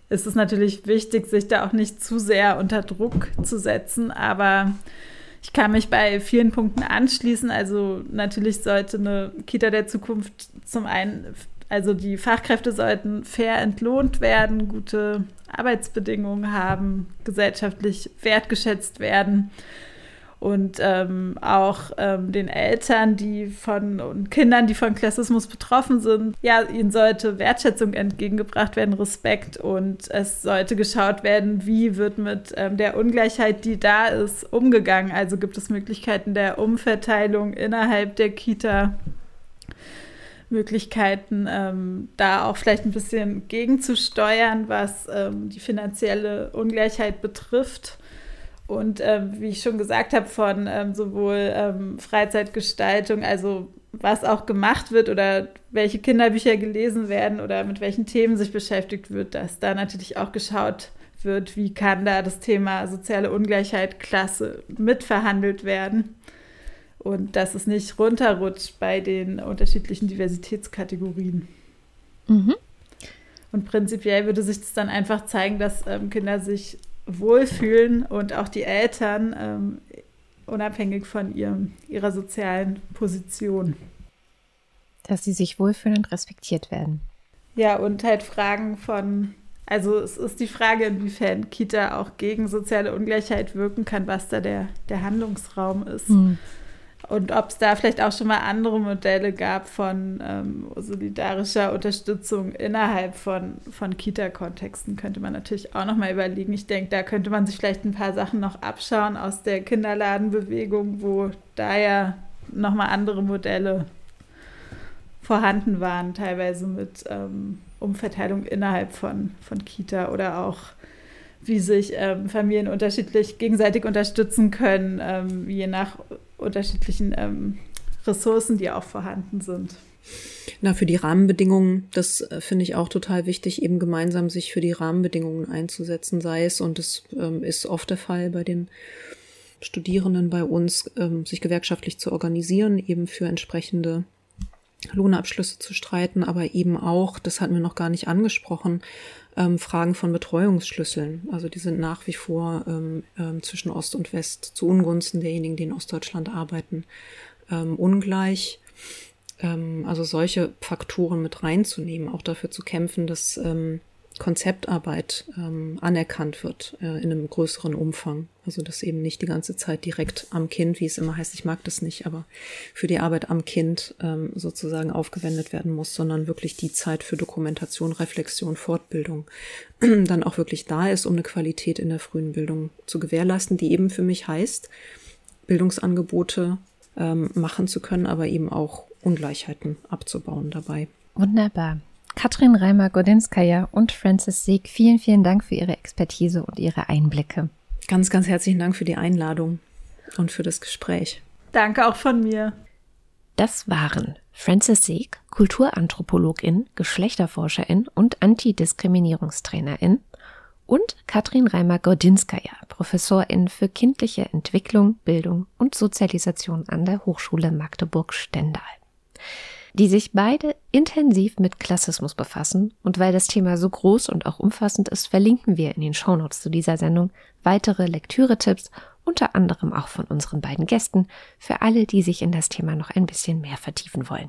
ist es natürlich wichtig, sich da auch nicht zu sehr unter Druck zu setzen, aber ich kann mich bei vielen Punkten anschließen. Also natürlich sollte eine Kita der Zukunft zum einen, also die Fachkräfte sollten fair entlohnt werden, gute Arbeitsbedingungen haben, gesellschaftlich wertgeschätzt werden und auch den Eltern, und Kindern, die von Klassismus betroffen sind, ja, ihnen sollte Wertschätzung entgegengebracht werden, Respekt, und es sollte geschaut werden, wie wird mit der Ungleichheit, die da ist, umgegangen. Also gibt es Möglichkeiten der Umverteilung innerhalb der Kita, Möglichkeiten, da auch vielleicht ein bisschen gegenzusteuern, was die finanzielle Ungleichheit betrifft. Und wie ich schon gesagt habe, von sowohl Freizeitgestaltung, also was auch gemacht wird oder welche Kinderbücher gelesen werden oder mit welchen Themen sich beschäftigt wird, dass da natürlich auch geschaut wird, wie kann da das Thema soziale Ungleichheit, Klasse mitverhandelt werden und dass es nicht runterrutscht bei den unterschiedlichen Diversitätskategorien. Mhm. Und prinzipiell würde sich das dann einfach zeigen, dass Kinder sich wohlfühlen und auch die Eltern, unabhängig von ihrer sozialen Position. Dass sie sich wohlfühlen und respektiert werden. Ja, und halt also es ist die Frage, inwiefern Kita auch gegen soziale Ungleichheit wirken kann, was da der Handlungsraum ist. Und ob es da vielleicht auch schon mal andere Modelle gab von solidarischer Unterstützung innerhalb von Kita-Kontexten, könnte man natürlich auch noch mal überlegen. Ich denke, da könnte man sich vielleicht ein paar Sachen noch abschauen aus der Kinderladenbewegung, wo da ja noch mal andere Modelle vorhanden waren, teilweise mit Umverteilung innerhalb von Kita oder auch wie sich Familien unterschiedlich gegenseitig unterstützen können, je nach unterschiedlichen Ressourcen, die auch vorhanden sind. Für die Rahmenbedingungen, das finde ich auch total wichtig, eben gemeinsam sich für die Rahmenbedingungen einzusetzen, sei es, und das ist oft der Fall bei den Studierenden bei uns, sich gewerkschaftlich zu organisieren, eben für entsprechende Lohnabschlüsse zu streiten, aber eben auch, das hatten wir noch gar nicht angesprochen, Fragen von Betreuungsschlüsseln. Also die sind nach wie vor zwischen Ost und West zu Ungunsten derjenigen, die in Ostdeutschland arbeiten, ungleich. Also solche Faktoren mit reinzunehmen, auch dafür zu kämpfen, dass Konzeptarbeit anerkannt wird in einem größeren Umfang. Also dass eben nicht die ganze Zeit direkt am Kind, wie es immer heißt, ich mag das nicht, aber für die Arbeit am Kind sozusagen aufgewendet werden muss, sondern wirklich die Zeit für Dokumentation, Reflexion, Fortbildung dann auch wirklich da ist, um eine Qualität in der frühen Bildung zu gewährleisten, die eben für mich heißt, Bildungsangebote machen zu können, aber eben auch Ungleichheiten abzubauen dabei. Wunderbar. Katrin Reimer-Godinskaya und Frances Seeg, vielen, vielen Dank für Ihre Expertise und Ihre Einblicke. Ganz, ganz herzlichen Dank für die Einladung und für das Gespräch. Danke auch von mir. Das waren Frances Seeg, Kulturanthropologin, Geschlechterforscherin und Antidiskriminierungstrainerin, und Katrin Reimer-Godinskaya, Professorin für kindliche Entwicklung, Bildung und Sozialisation an der Hochschule Magdeburg-Stendal, die sich beide intensiv mit Klassismus befassen, und weil das Thema so groß und auch umfassend ist, verlinken wir in den Shownotes zu dieser Sendung weitere Lektüre-Tipps, unter anderem auch von unseren beiden Gästen, für alle, die sich in das Thema noch ein bisschen mehr vertiefen wollen.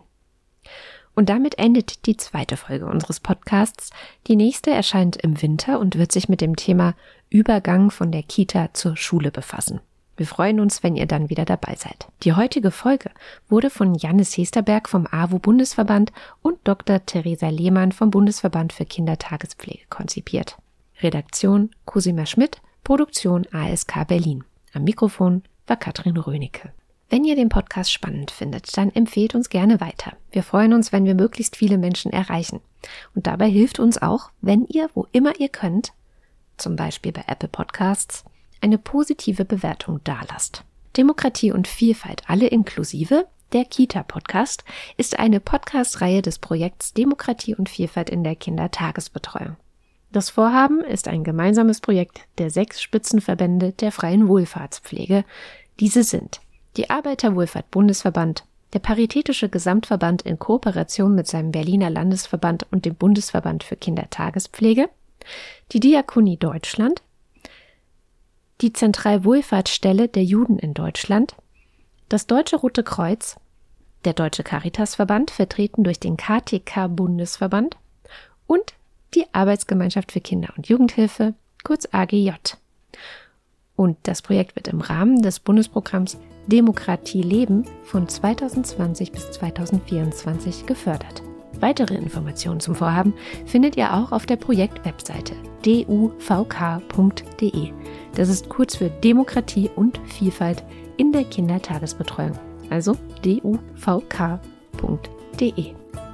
Und damit endet die zweite Folge unseres Podcasts. Die nächste erscheint im Winter und wird sich mit dem Thema Übergang von der Kita zur Schule befassen. Wir freuen uns, wenn ihr dann wieder dabei seid. Die heutige Folge wurde von Jannis Hesterberg vom AWO-Bundesverband und Dr. Theresa Lehmann vom Bundesverband für Kindertagespflege konzipiert. Redaktion Cosima Schmidt, Produktion ASK Berlin. Am Mikrofon war Katrin Rönecke. Wenn ihr den Podcast spannend findet, dann empfehlt uns gerne weiter. Wir freuen uns, wenn wir möglichst viele Menschen erreichen. Und dabei hilft uns auch, wenn ihr, wo immer ihr könnt, zum Beispiel bei Apple Podcasts, eine positive Bewertung dalasst. Demokratie und Vielfalt, alle inklusive, der Kita-Podcast, ist eine Podcast-Reihe des Projekts Demokratie und Vielfalt in der Kindertagesbetreuung. Das Vorhaben ist ein gemeinsames Projekt der 6 Spitzenverbände der freien Wohlfahrtspflege. Diese sind die Arbeiterwohlfahrt-Bundesverband, der Paritätische Gesamtverband in Kooperation mit seinem Berliner Landesverband und dem Bundesverband für Kindertagespflege, die Diakonie Deutschland, die Zentralwohlfahrtsstelle der Juden in Deutschland, das Deutsche Rote Kreuz, der Deutsche Caritasverband, vertreten durch den KTK-Bundesverband und die Arbeitsgemeinschaft für Kinder- und Jugendhilfe, kurz AGJ. Und das Projekt wird im Rahmen des Bundesprogramms Demokratie leben von 2020 bis 2024 gefördert. Weitere Informationen zum Vorhaben findet ihr auch auf der Projektwebseite duvk.de. Das ist kurz für Demokratie und Vielfalt in der Kindertagesbetreuung, also duvk.de.